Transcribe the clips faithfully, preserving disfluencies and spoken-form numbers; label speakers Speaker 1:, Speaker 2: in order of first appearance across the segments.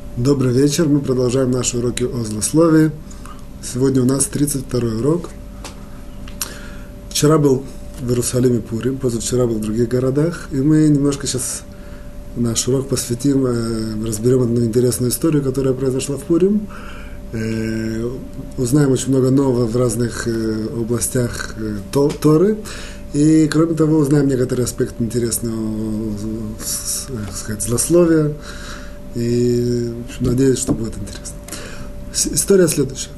Speaker 1: Добрый вечер, мы продолжаем наши уроки о злословии. Сегодня у нас тридцать второй урок. Вчера был в Иерусалиме Пурим, позавчера был в других городах, и мы немножко сейчас наш урок посвятим, разберем одну интересную историю, которая произошла в Пурим. Узнаем очень много нового в разных областях Торы. И, кроме того, узнаем некоторые аспекты интересного, так сказать, злословия. И в общем, надеюсь, что будет интересно. История следующая.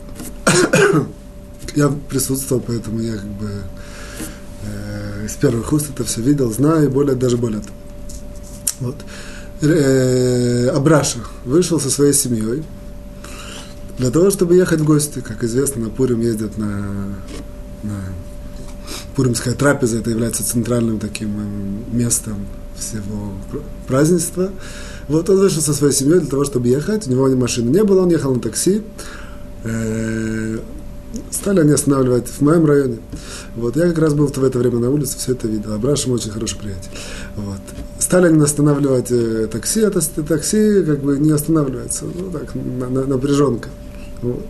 Speaker 1: Я присутствовал, поэтому я как бы э, из первых уст это все видел, знаю, и более, даже более того. Вот. Э, Абраша вышел со своей семьей для того, чтобы ехать в гости. Как известно, на Пурим ездят на, на Пуримская трапеза, это является центральным таким местом всего празднества. Вот он вышел со своей семьей для того, чтобы ехать. У него машины не было, он ехал на такси. Стали они останавливать в моем районе. Вот. Я как раз был в это время на улице, все это видел. Абраша мой очень хороший приятель. Вот. Стали они останавливать э, такси, это такси как бы не останавливается. Ну так, на, на, напряженка. Вот.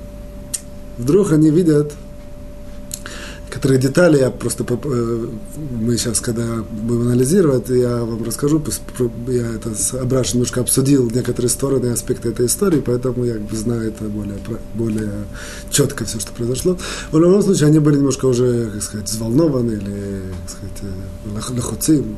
Speaker 1: Вдруг они видят некоторые детали, я просто, мы сейчас, когда будем анализировать, я вам расскажу, я это с Абрашей немножко обсудил некоторые стороны и аспекты этой истории, поэтому я как бы знаю это более, более четко, все, что произошло. В любом случае, они были немножко уже, как сказать, взволнованы, или, как сказать, лахуцим,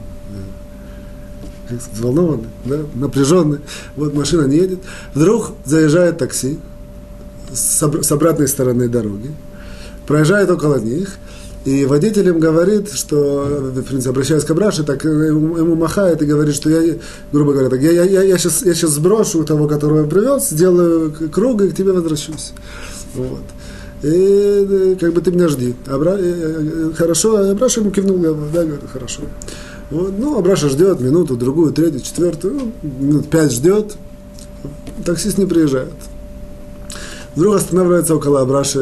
Speaker 1: взволнованы, да, напряженные. Вот машина не едет. Вдруг заезжает такси с обратной стороны дороги, проезжает около них, и водитель им говорит, что, в принципе, обращаясь к Абраше, так ему, ему махает и говорит, что я, грубо говоря, так, я, я, я, я, сейчас, я сейчас сброшу того, которого я привез, сделаю круг и к тебе возвращусь. Вот. И как бы ты меня жди. Абра... Хорошо, Абраша ему кивнул, да, говорит, хорошо. Вот. Ну, Абраша ждет минуту, другую, третью, четвертую, ну, минут пять ждет, таксист не приезжает. Вдруг останавливается около Абраши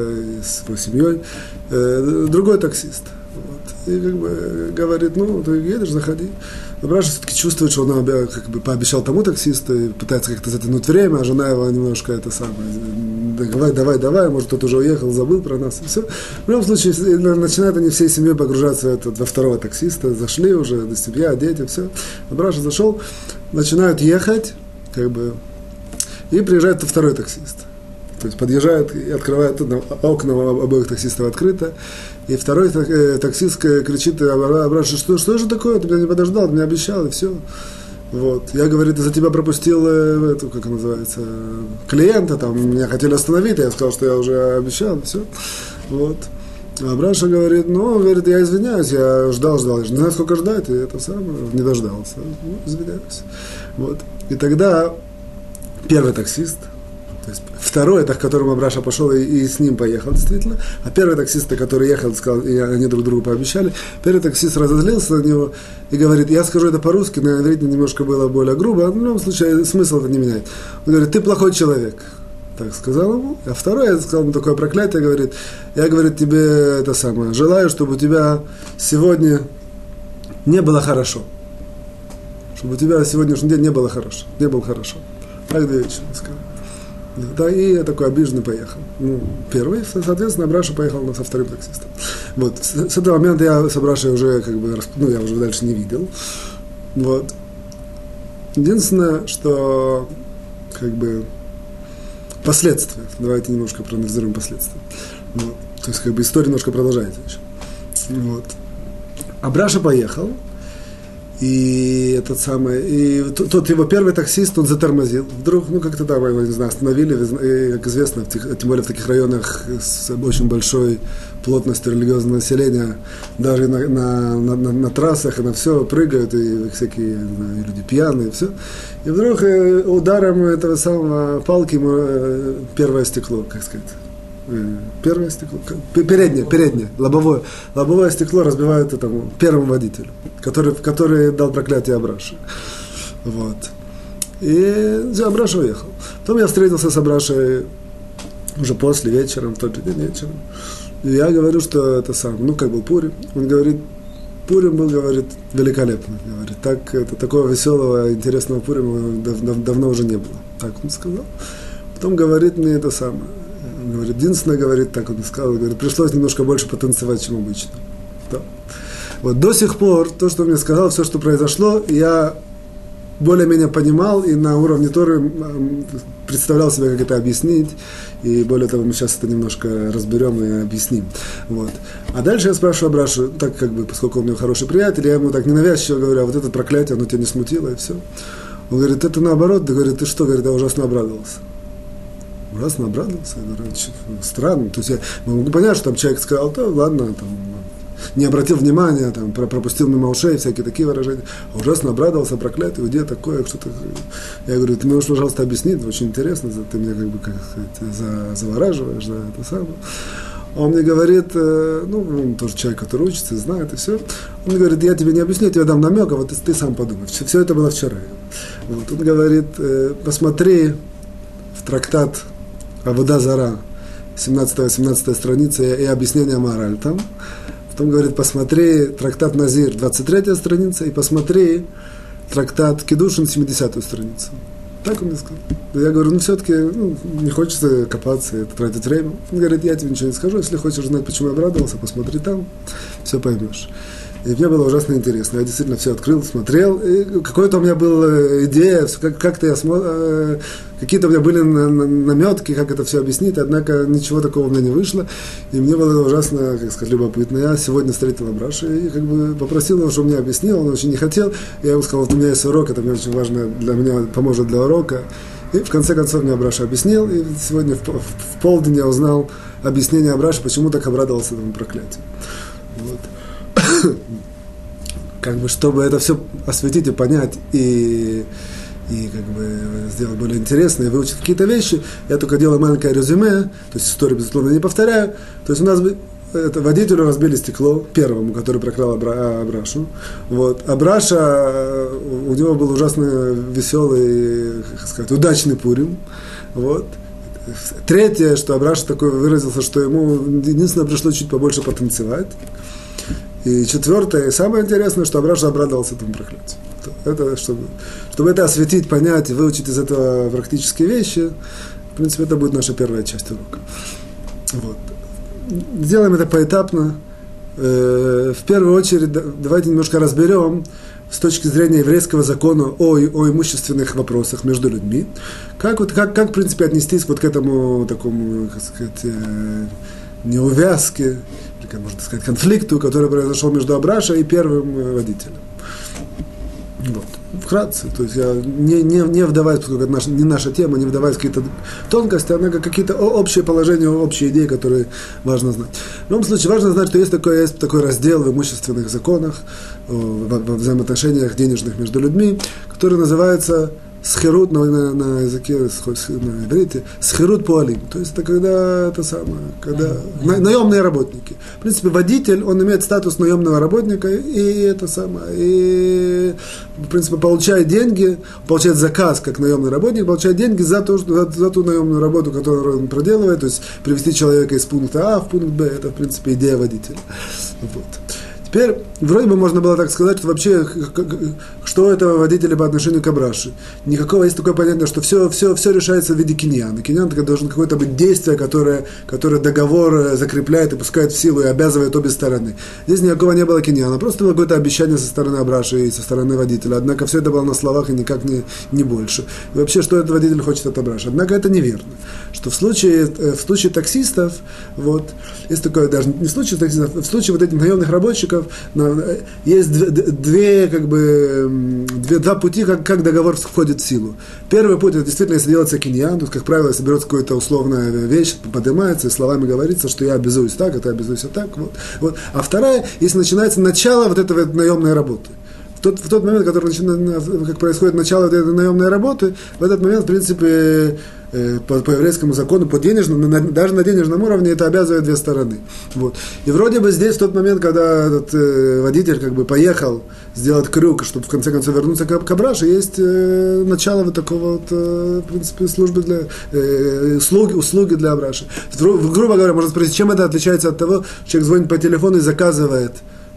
Speaker 1: с его семьей э, другой таксист. Вот. И как бы говорит, ну, ты едешь, заходи. Абраша все-таки чувствует, что он как бы пообещал тому таксисту и пытается как-то затянуть время, а жена его немножко это самое, давай, давай, давай, может, тот уже уехал, забыл про нас, и все. В любом случае, начинают они всей семьей погружаться во второго таксиста, зашли уже, до семья, дети, все. Абраша зашел, начинают ехать, как бы, и приезжает второй таксист. То есть подъезжает и открывает, окна обоих таксистов открыто, и второй таксист кричит Абраше, что, что же такое, ты меня не подождал, ты мне обещал, и все. Вот. Я, говорит, из-за тебя пропустил эту, как называется, клиента, там, меня хотели остановить, я сказал, что я уже обещал, и все. Вот. А Абраша говорит, ну, говорит, я извиняюсь, я ждал, ждал, я не знаю, сколько ждать, и это самое, не дождался. Ну, извиняюсь. Вот. И тогда первый таксист, то есть второй, это к которому Абраша пошел и, и с ним поехал, действительно. А первый таксист, который ехал, сказал, и они друг другу пообещали, первый таксист разозлился на него и говорит, я скажу это по-русски, но видите, немножко было более грубо, но в любом случае смысл это не меняет. Он говорит, ты плохой человек. Так сказал ему. А второй, я сказал ему такое проклятие, говорит, я, говорит, тебе это самое, желаю, чтобы у тебя сегодня не было хорошо. Чтобы у тебя сегодняшний день не было хорошо. Не было хорошо. Так две вещи, сказал. Да, и я такой обиженный поехал. Ну, первый, соответственно, Абраша поехал со вторым таксистом. Вот. С, с этого момента я с Абрашей уже, как бы, ну, я уже дальше не видел. Вот. Единственное, что, как бы, последствия. Давайте немножко проанализируем последствия. Вот. То есть, как бы, история немножко продолжается еще. Вот. Абраша поехал. И этот самый, и тот, тот его первый таксист, он затормозил. Вдруг, ну, как-то там его, не знаю, остановили. И, как известно, в тех, тем более в таких районах с очень большой плотностью религиозного населения, даже на, на, на, на, на трассах и на все прыгают, и всякие, не знаю, люди пьяные, и все. И вдруг ударом этого самого палки ему первое стекло, как сказать, первое стекло, переднее, переднее, лобовое, лобовое стекло разбивают этому первому водителю, который, который дал проклятие Абраше. Вот. И Абраша уехал. Потом я встретился с Абрашей уже после, вечером, в тот же день вечером. И я говорю, что это сам, ну, как был Пурим. Он говорит, Пурим был, говорит, великолепно. Говорит, так, это, такого веселого, интересного Пурима дав, дав, давно уже не было. Так он сказал. Потом говорит мне это самое. Говорит, единственное, говорит, так он сказал, говорит, пришлось немножко больше потанцевать, чем обычно. Да. Вот до сих пор, то, что он мне сказал, все, что произошло, я более-менее понимал и на уровне Торы представлял себе, как это объяснить. И более того, мы сейчас это немножко разберем и объясним. Вот. А дальше я спрашиваю Абрашу, так как бы, поскольку он у меня хороший приятель, я ему так ненавязчиво говорю, а вот это проклятие, оно тебя не смутило, и все. Он говорит, это наоборот, да, говорит, ты что, говорит, я ужасно обрадовался. Ужасно обрадовался, я говорю, странно. То есть я могу понять, что там человек сказал, да ладно, там, не обратил внимания, там, пропустил мимо ушей, всякие такие выражения. А ужасно обрадовался, проклятый, где такое, что-то. Я говорю, ты можешь, пожалуйста, объяснить, очень интересно, ты меня как бы как сказать, завораживаешь, да, это самое. Он мне говорит, ну, он тоже человек, который учится, знает и все. Он мне говорит, я тебе не объясню, я тебе дам намек, а вот ты, ты сам подумай. Все, все это было вчера. Вот. Он говорит, посмотри в трактат Авода Зара, семнадцатая-восемнадцатая страница и объяснение мораль там. Потом говорит, посмотри трактат Назир, двадцать третья страница, и посмотри трактат Кедушин, семидесятую страницу. Так он мне сказал. Я говорю, ну все-таки ну, не хочется копаться, это тратить время. Он говорит, я тебе ничего не скажу, если хочешь знать, почему я обрадовался, посмотри там, все поймешь. И мне было ужасно интересно. Я действительно все открыл, смотрел. И какой-то у меня была идея, как- как-то я смо... какие-то у меня были наметки, как это все объяснить, однако ничего такого у меня не вышло. И мне было ужасно, как сказать, любопытно. Я сегодня встретил Абраша и как бы попросил его, чтобы мне объяснил. Он очень не хотел. Я ему сказал, вот у меня есть урок, это мне очень важно, для меня поможет для урока. И в конце концов мне Абраша объяснил. И сегодня в, в полдень я узнал объяснение Абраша, почему так обрадовался этому проклятию. Вот. Как бы, чтобы это все осветить и понять, и, и как бы сделать более интересно, и выучить какие-то вещи, я только делаю маленькое резюме, то есть историю, безусловно, не повторяю. То есть у нас это, водителю разбили стекло, первому, который прокрал Абра, Абрашу. Вот. Абраша, у него был ужасно веселый, как сказать, удачный Пурим. Вот. Третье, что Абраша такой выразился, что ему единственное пришлось чуть побольше потанцевать. И четвертое, и самое интересное, что Абраша обрадовался этому проклятию. Это, чтобы, чтобы это осветить, понять, выучить из этого практические вещи, в принципе, это будет наша первая часть урока. Вот. Сделаем это поэтапно. В первую очередь, давайте немножко разберем с точки зрения еврейского закона о, о имущественных вопросах между людьми, как, вот, как, как в принципе, отнестись вот к этому такому, как сказать, неувязке, или, как можно сказать, конфликту, который произошел между Абрашей и первым водителем. Вот. Вкратце, то есть я не, не, не вдаваясь, поскольку это наша, не наша тема, не вдаваясь в какие-то тонкости, а какие-то общие положения, общие идеи, которые важно знать. В любом случае, важно знать, что есть такой, есть такой раздел в имущественных законах, во, во взаимоотношениях денежных между людьми, который называется схерут на, на, на языке, на иврите, схерут пуалим. То есть это когда это самое, когда на, наемные работники. В принципе, водитель, он имеет статус наемного работника, и это самое, и в принципе получает деньги, получает заказ как наемный работник, получает деньги за, то, за, за ту наемную работу, которую он проделывает, то есть привести человека из пункта А в пункт Б, это в принципе идея водителя. Вот. Теперь, вроде бы можно было так сказать, что вообще, что у этого водителя по отношению к Абраше. Никакого, есть такое понятие, что все, все, все решается в виде киньяна. Киньян это должен какое-то быть действие, которое, которое договор закрепляет и пускает в силу и обязывает обе стороны. Здесь никакого не было киньяна, просто было какое-то обещание со стороны Абраши и со стороны водителя. Однако все это было на словах и никак не, не больше. И вообще, что этот водитель хочет от Абраши. Однако это неверно. Что в случае, в случае таксистов, вот, есть такое, даже не в случае таксистов, в случае вот этих наемных рабочих, есть две, как бы, две, два пути, как, как договор входит в силу. Первый путь, это действительно, если делается киньян, тут, как правило, если берется какая-то условная вещь, поднимается, и словами говорится, что я обязуюсь так, это я обязуюсь так. Вот, вот. А вторая, если начинается начало вот этого наемной работы. В тот, в тот момент, который начинает, как происходит начало вот этой наемной работы, в этот момент, в принципе, по, по еврейскому закону, по денежному, на, даже на денежном уровне это обязывает две стороны. Вот. И вроде бы здесь, в тот момент, когда этот э, водитель как бы поехал сделать крюк, чтобы в конце концов вернуться к, к Абраше, есть э, начало вот такого вот, э, в принципе, службы для, э, услуги, услуги для Абраши. Грубо говоря, можно спросить, чем это отличается от того, что человек звонит по телефону и заказывает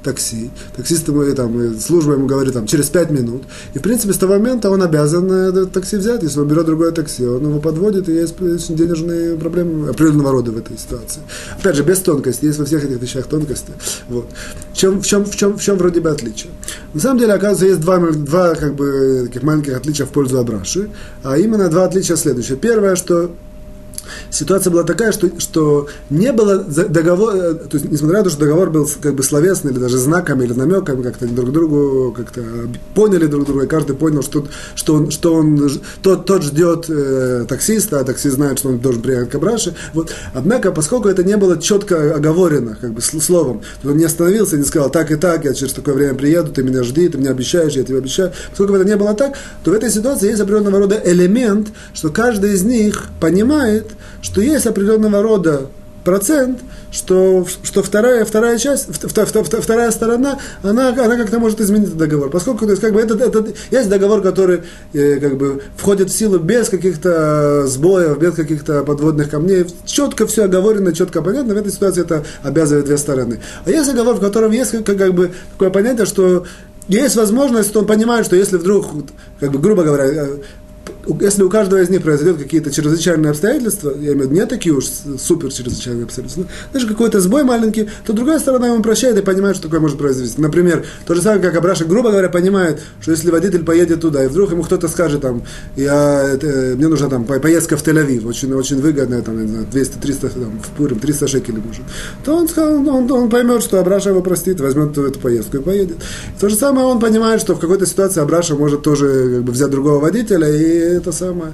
Speaker 1: такси, таксист ему, там, служба ему говорит, там, через пять минут, и, в принципе, с того момента он обязан это такси взять, если он берет другое такси, он его подводит, и есть денежные проблемы определенного рода в этой ситуации. Опять же, без тонкости, есть во всех этих вещах тонкости. Вот. В чем, в чем, в чем, в чем вроде бы отличие? На самом деле, оказывается, есть два, два как бы, таких маленьких отличия в пользу Абраши, а именно два отличия следующие. Первое, что ситуация была такая, что, что не было договора, то есть, несмотря на то, что договор был как бы словесный, или даже знаками, или намеками, как-то друг другу как-то поняли друг друга, и каждый понял, что, что, он, что он, тот, тот ждет э, таксиста, а таксист знает, что он должен приехать к Абраше. Вот. Однако, поскольку это не было четко оговорено, как бы словом, он не остановился и не сказал, так и так, я через такое время приеду, ты меня жди, ты меня обещаешь, я тебе обещаю. Поскольку это не было так, то в этой ситуации есть определенного рода элемент, что каждый из них понимает, что есть определенного рода процент, что, что вторая, вторая часть, вторая сторона, она, она как-то может изменить этот договор. Поскольку то есть, как бы, этот, этот, есть договор, который э, как бы, входит в силу без каких-то сбоев, без каких-то подводных камней. Четко все оговорено, четко понятно. В этой ситуации это обязывает две стороны. А есть договор, в котором есть как, как бы, такое понятие, что есть возможность, что он понимает, что если вдруг, как бы, грубо говоря, если у каждого из них произойдет какие-то чрезвычайные обстоятельства, я имею в виду не такие уж супер чрезвычайные обстоятельства, даже какой-то сбой маленький, то другая сторона ему прощает и понимает, что такое может произойти. Например, то же самое, как Абраша, грубо говоря, понимает, что если водитель поедет туда, и вдруг ему кто-то скажет, там, я, это, мне нужна там, поездка в Тель-Авив, очень, очень выгодная, там, не знаю, двести-триста, там, в Пурим, триста шекелей нужен, то он, он, он поймет, что Абраша его простит, возьмет эту поездку и поедет. И то же самое он понимает, что в какой-то ситуации Абраша может тоже как бы, взять другого водителя, и это самое,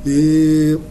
Speaker 1: и,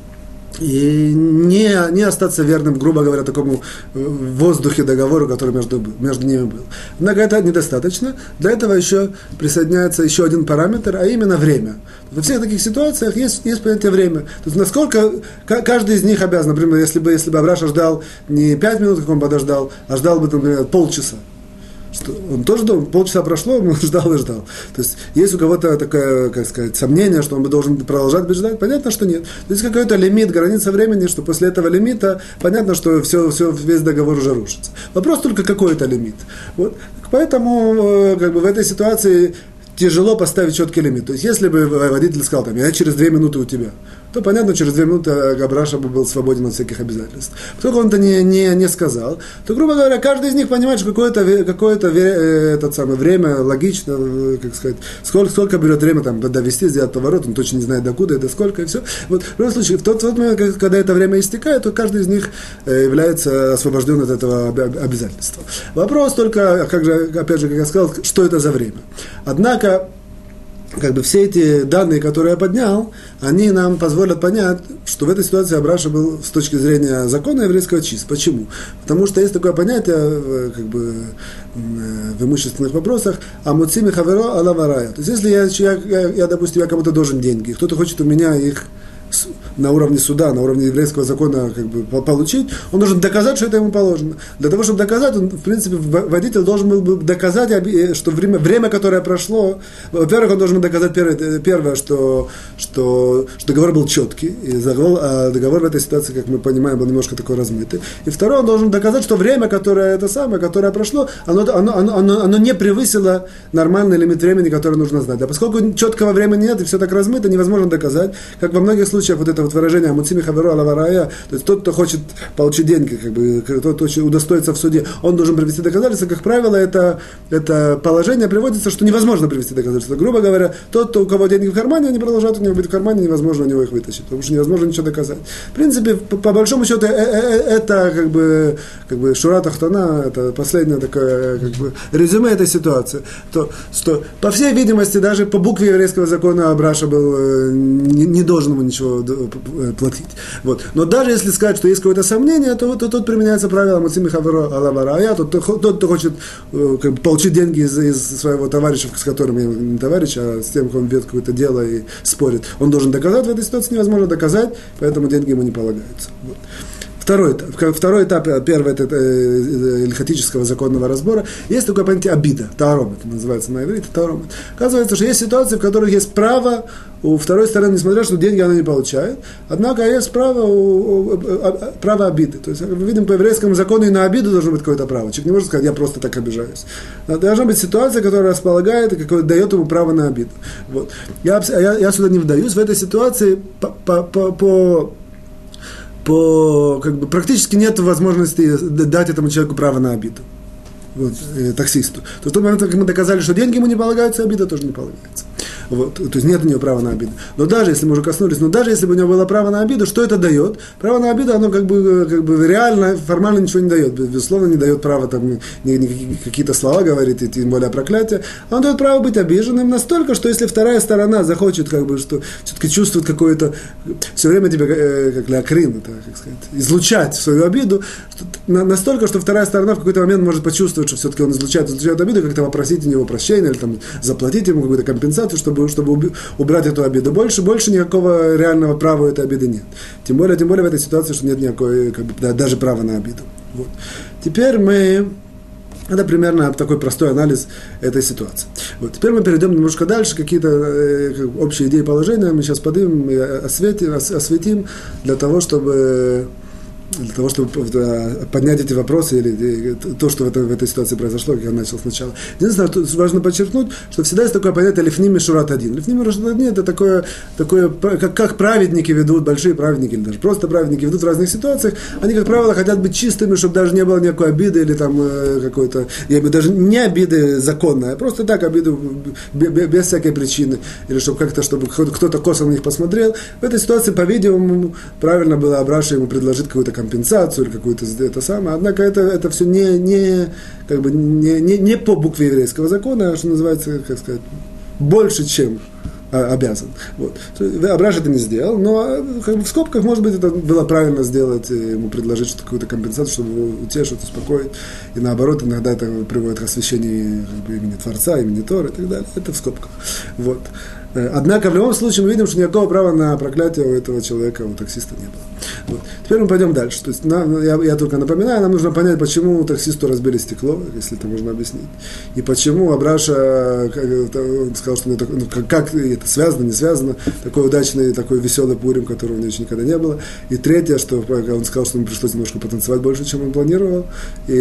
Speaker 1: и не, не остаться верным, грубо говоря, такому в воздухе договору, который между, между ними был. Однако это недостаточно. Для этого еще присоединяется еще один параметр, а именно время. Во всех таких ситуациях есть, есть понятие время. То есть насколько каждый из них обязан, например, если бы, если бы Абраша ждал не пять минут, как он подождал, а ждал бы, например, полчаса. Что он тоже ждал, полчаса прошло, он ждал и ждал. То есть, есть у кого-то такое, как сказать, сомнение, что он бы должен продолжать быть ждать, понятно, что нет. То есть, какой-то лимит, граница времени, что после этого лимита, понятно, что все, все, весь договор уже рушится. Вопрос только, какой это лимит. Вот. Поэтому, как бы, в этой ситуации тяжело поставить четкий лимит. То есть, если бы водитель сказал, там, я через две минуты у тебя, то, понятно, через две минуты Абраша бы был свободен от всяких обязательств. Поскольку он это не, не, не сказал, то, грубо говоря, каждый из них понимает, что какое-то, какое-то этот самое, время логично, как сказать, сколько, сколько берет время там, довести, сделать поворот, он точно не знает докуда и до сколько, и все. Вот, в любом случае, в тот, в тот момент, когда это время истекает, то каждый из них является освобожден от этого обязательства. Вопрос только, как же, опять же, как я сказал, что это за время. Однако, как бы все эти данные, которые я поднял, они нам позволят понять, что в этой ситуации Абраша был с точки зрения закона еврейского чист. Почему? Потому что есть такое понятие как бы, в имущественных вопросах «амуцими хаверо ала варая». То есть, если я, я, я, я, допустим, я кому-то должен деньги, кто-то хочет у меня их на уровне суда, на уровне еврейского закона как бы, получить, он должен доказать, что это ему положено. Для того, чтобы доказать, он, в принципе, водитель должен был бы доказать, что время, время которое прошло, во-первых, он должен доказать первое, первое что, что, что договор был четкий, и договор, а договор в этой ситуации, как мы понимаем, был немножко такой размытый. И второе, он должен доказать, что время, которое это самое, которое прошло, оно, оно, оно, оно, оно не превысило нормальный лимит времени, который нужно знать. А поскольку четкого времени нет, и все так размыто, невозможно доказать, как во многих случаях вот это вот выражение «амуцими хаверо ала варая», то есть тот, кто хочет получить деньги, как бы, тот, кто хочет удостоиться в суде, он должен привести доказательства. Как правило, это, это положение приводится, что невозможно привести доказательства. Грубо говоря, тот, кто, у кого деньги в кармане, они продолжают у него быть в кармане, невозможно у него их вытащить, потому что невозможно ничего доказать. В принципе, по, по большому счету, это как бы, как бы шура тахтана, это последнее такое как бы, резюме этой ситуации. То, что, по всей видимости, даже по букве еврейского закона Абраша был, не, не должен ему ничего платить. Вот. Но даже если сказать, что есть какое-то сомнение, то, то тут применяется правило «Муцими хаверо ала варая», тот, тот, кто хочет как бы, получить деньги из, из своего товарища, с которым не товарищ, а с тем, кто он ведет какое-то дело и спорит, он должен доказать. В этой ситуации невозможно доказать, поэтому деньги ему не полагаются. Вот. второй, второй этап, первый это ильхатического законного разбора, есть такое понятие обида, таором, это называется на иврите, таором. Оказывается, что есть ситуации, в которых есть право у второй стороны, несмотря что деньги она не получает, однако есть право, у, у, право обиды. То есть мы видим по еврейскому закону и на обиду должно быть какое-то право. Человек не может сказать, я просто так обижаюсь. Должна быть ситуация, которая располагает и дает ему право на обиду. Вот. Я, я, я сюда не вдаюсь, в этой ситуации по, по, по, по по, как бы, практически нет возможности дать этому человеку право на обиду, вот, э, таксисту. То в тот момент, как мы доказали, что деньги ему не полагаются, обида тоже не полагается. Вот, то есть нет у него права на обиду. Но даже если мы уже коснулись, но даже если бы у него было право на обиду, что это дает? Право на обиду, оно как бы, как бы реально, формально ничего не дает. Безусловно, не дает права там, ни, ни, какие-то слова говорить, и тем более проклятие. Оно дает право быть обиженным настолько, что если вторая сторона захочет, как бы, что все-таки чувствует какое-то, все время тебя, э, как леокрин, это, как сказать, излучать свою обиду, что, на, настолько, что вторая сторона в какой-то момент может почувствовать, что все-таки он излучает, излучает обиду, как-то попросить у него прощения, или там, заплатить ему какую-то компенсацию, чтобы чтобы убрать эту обиду. Больше, больше никакого реального права у этой обиды нет. Тем более, тем более в этой ситуации, что нет никакой, как бы, да, даже права на обиду. Вот. Теперь мы... Это примерно такой простой анализ этой ситуации. Вот. Теперь мы перейдем немножко дальше, какие-то э, общие идеи положения мы сейчас поднимем, осветим, осветим для того, чтобы... для того, чтобы поднять эти вопросы или то, что в этой, в этой ситуации произошло, как я начал сначала. Единственное, тут важно подчеркнуть, что всегда есть такое понятие лифним мишурат один. Лифним мишурат один это такое, такое как, как праведники ведут, большие праведники или даже просто праведники ведут в разных ситуациях. Они, как правило, хотят быть чистыми, чтобы даже не было никакой обиды или там какой-то, я бы даже не обиды законной, а просто так обиду без всякой причины. Или чтобы как-то, чтобы кто-то косо на них посмотрел. В этой ситуации, по-видимому, правильно было Абраша ему предложить какую-то компенсацию или какую-то это самое. Однако это, это все не, не, как бы не, не, не по букве еврейского закона, а что называется, как сказать, больше, чем обязан. Вот. Абраш это не сделал, но как бы в скобках, может быть, это было правильно сделать, ему предложить какую-то компенсацию, чтобы его утешить, успокоить. И наоборот, иногда это приводит к освящению как бы, имени Творца, имени Торы и так далее. Это в скобках. Вот. Однако в любом случае мы видим, что никакого права на проклятие у этого человека, у таксиста не было. Вот. Теперь мы пойдем дальше. То есть, нам, я, я только напоминаю, нам нужно понять, почему таксисту разбили стекло, если это можно объяснить. И почему Абраша, как, он сказал, что ну, как, как это связано, не связано, такой удачный, такой веселый Пурим, которого у него еще никогда не было. И третье, что он сказал, что ему пришлось немножко потанцевать больше, чем он планировал. И,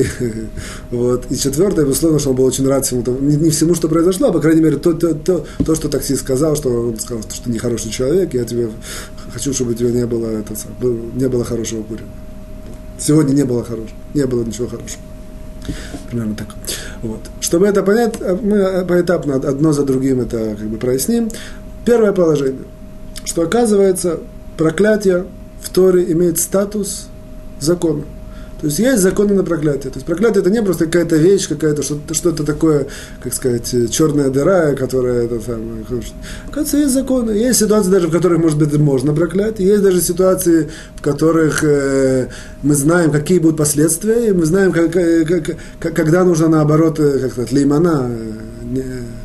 Speaker 1: вот. И четвертое, безусловно, что он был очень рад всему, не, не всему, что произошло, а, по крайней мере, то, то, то, то что таксист сказал, что он сказал, что ты нехороший человек, я тебе хочу, чтобы у тебя не было, это, не было хорошего Пурима. Сегодня не было хорошего, не было ничего хорошего. Примерно так. Вот. Чтобы это понять, мы поэтапно одно за другим это как бы проясним. Первое положение, что оказывается проклятие в Торе имеет статус закона. То есть есть законы на проклятие. То есть проклятие это не просто какая-то вещь, какая-то что-то, что-то такое, как сказать, черная дыра, которая это самое. Оказывается, есть законы. Есть ситуации даже, в которых, может быть, можно проклясть. Есть даже ситуации, в которых э, мы знаем, какие будут последствия, и мы знаем, как, как, как, когда нужно, наоборот, как сказать, леймана, не,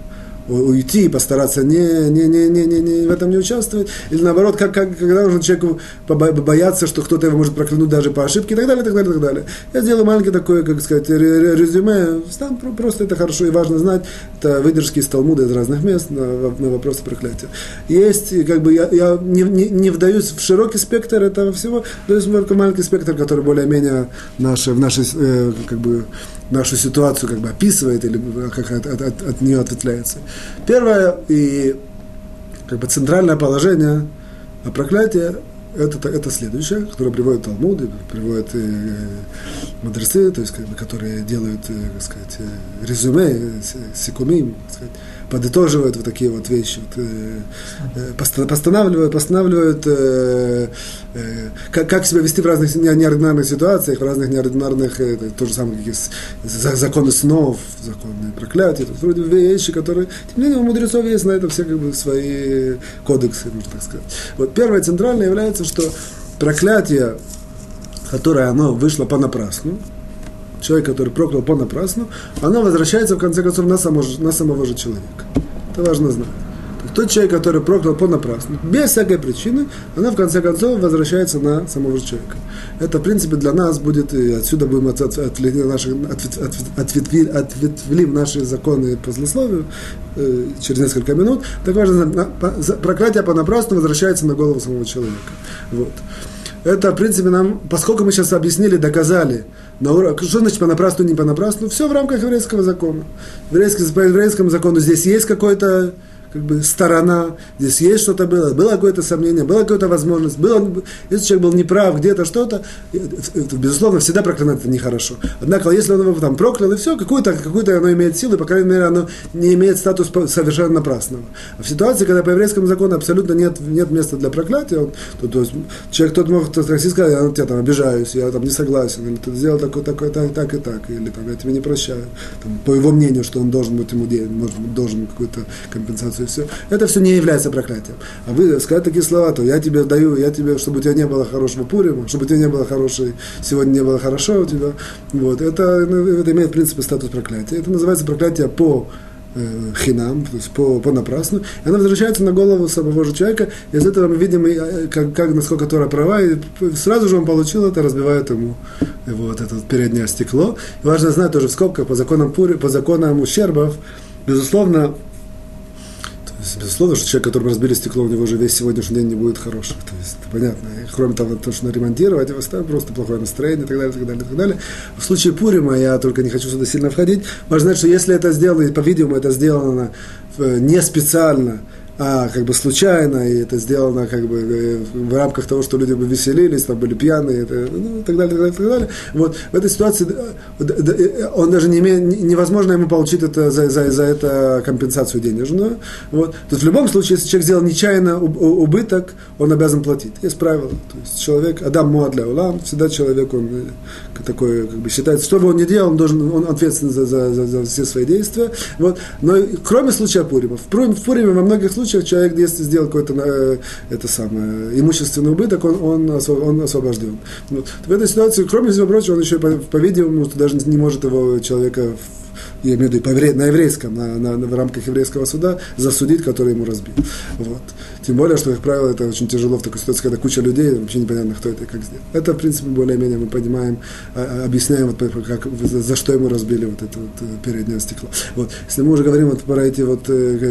Speaker 1: уйти, постараться не, не, не, не, не, не в этом не участвовать, или наоборот, как, как, когда нужно человеку бояться, что кто-то его может проклянуть даже по ошибке, и так далее, и так далее, и так далее. Я сделаю маленькое такое, как сказать, резюме, там просто это хорошо и важно знать, это выдержки из Талмуда, из разных мест на, на вопросы проклятия. Есть, как бы, я, я не, не, не вдаюсь в широкий спектр этого всего, вдаюсь только в маленький спектр, который более-менее наши, в нашей, э, как бы, нашу ситуацию как бы описывает или как от, от, от, от нее ответвляется. Первое и как бы центральное положение проклятия это, это следующее, которое приводит Талмуд, приводят э, мудрецы, то есть, как бы, которые делают, э, как сказать, э, резюме, секумим, так сказать, подытоживают вот такие вот вещи, вот, э, постанавливают, постанавливают э, э, как, как себя вести в разных неординарных ситуациях, в разных неординарных, э, то же самое, как есть законы снов, законы проклятия, это вроде вещи, которые, тем не менее, у мудрецов есть на это все как бы свои кодексы, можно так сказать. Вот первое центральное является, что проклятие, которое оно вышло понапрасну, человек, который проклял понапрасну, оно возвращается, в конце концов, на самого, на самого же человека. Это важно знать. тот человек, который проклял понапрасну, без всякой причины, она в конце концов возвращается на самого же человека. Это, в принципе, для нас будет, и отсюда будем от, от, от, наши, от, от, ответвили, ответвлим наши законы по злословию э, через несколько минут. Так важно, на, по, проклятие понапрасну возвращается на голову самого человека. Вот. Это, в принципе, нам, поскольку мы сейчас объяснили, доказали, на ур... что значит понапрасну, не понапрасну, все в рамках еврейского закона. В еврейском, по еврейскому закону здесь есть какой-то, как бы, сторона, здесь есть что-то было, было какое-то сомнение, была какая-то возможность, было, если человек был неправ, где-то что-то, безусловно, всегда проклинать это нехорошо. Однако, если он его там проклял, и все, какую-то, какую-то оно имеет силу, по крайней мере, оно не имеет статус совершенно напрасного. А в ситуации, когда по еврейскому закону абсолютно нет, нет места для проклятия, он, то, то есть, человек тот мог так сказать, я на тебя там обижаюсь, я там не согласен, или ты сделал такое, такое, так, так и так, или там, я тебе не прощаю. Там, по его мнению, что он должен быть ему может, должен какую-то компенсацию. Все. Это все не является проклятием. А вы сказать такие слова, то я тебе даю, я тебе, чтобы у тебя не было хорошего Пурима, чтобы у тебя не было хорошей, сегодня не было хорошо у тебя. Вот. Это, это имеет, в принципе, статус проклятия. Это называется проклятие по э, хинам, то есть по, по напрасну. И оно возвращается на голову самого же человека. И из этого мы видим, как, как, насколько Тора права. И сразу же он получил это, разбивает ему вот это переднее стекло. И важно знать тоже в скобках по законам Пури, по законам ущербов, безусловно, безусловно, что человек, которому разбили стекло, у него уже весь сегодняшний день не будет хороший. То есть, понятно. И кроме того, то, что надо ремонтировать, его ставить, просто плохое настроение и так далее, и так далее, и так далее. В случае Пурима, я только не хочу сюда сильно входить, важно знать, что если это сделано, и, по-видимому, это сделано не специально, а как бы случайно, и это сделано как бы в рамках того, что люди бы веселились, там были пьяные, это, ну, и так далее, и так далее, и так далее. Вот в этой ситуации он даже не имеет, невозможно ему получить это, за, за, за это компенсацию денежную. Вот. То есть в любом случае, если человек сделал нечаянно убыток, он обязан платить. Есть правило. То есть человек, Адам Муадля Улам, всегда человек, он такой, как бы считается, что бы он ни делал, он должен, он ответственен за, за, за, за все свои действия. Вот. Но кроме случая Пурима, в Пуриме во многих случаях человек, если сделал какой-то э, это самое, имущественный убыток, он, он, освоб, он освобожден. Вот. В этой ситуации, кроме всего прочего, он еще, по-видимому, даже не может его человека, я имею в виду на еврейском, на, на, в рамках еврейского суда, засудить, который ему разбил. Вот. Тем более, что, как правило, это очень тяжело в такой ситуации, когда куча людей, вообще непонятно, кто это и как сделал. Это, в принципе, более-менее мы понимаем, объясняем, вот, как, за, за что ему разбили вот это вот переднее стекло. Вот. Если мы уже говорим вот про эти вот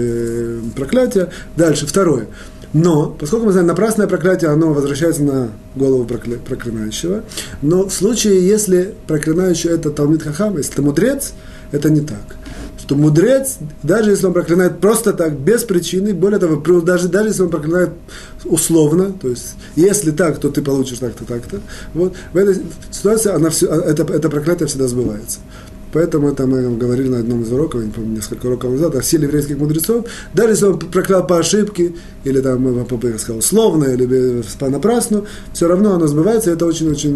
Speaker 1: э, проклятия, дальше, второе. Но, поскольку мы знаем, напрасное проклятие, оно возвращается на голову прокля... проклинающего, но в случае, если проклинающий это Талмид Хахам, если это мудрец, это не так. Что мудрец, даже если он проклинает просто так, без причины, более того, даже, даже если он проклинает условно, то есть, если так, то ты получишь так-то, так-то, вот, в этой ситуации она все, это, это проклятие всегда сбывается. Поэтому это мы говорили на одном из уроков, я не помню, несколько уроков назад, о силе еврейских мудрецов. Даже если он проклял по ошибке, или там, я сказал, условно, или понапрасну, все равно оно сбывается, и это очень-очень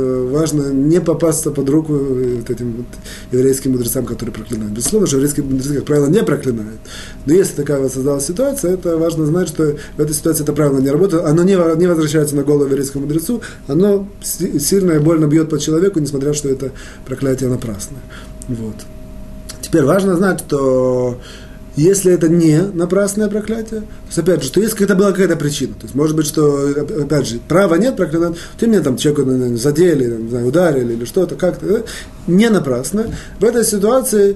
Speaker 1: важно не попасться под руку вот этим вот еврейским мудрецам, которые проклинают. Безусловно, что еврейские мудрецы, как правило, не проклинают. Но если такая вот создалась ситуация, это важно знать, что в этой ситуации это правило не работает, оно не, не возвращается на голову еврейскому мудрецу, оно сильно и больно бьет по человеку, несмотря что это проклятие напрасное. Вот. Теперь важно знать, что если это не напрасное проклятие, то есть, опять же, что есть какая-то была какая-то причина. То есть, может быть, что, опять же, права нет проклинать, ты мне там человеку задели, там, не знаю, ударили или что-то, как-то, да? Не напрасно. В этой ситуации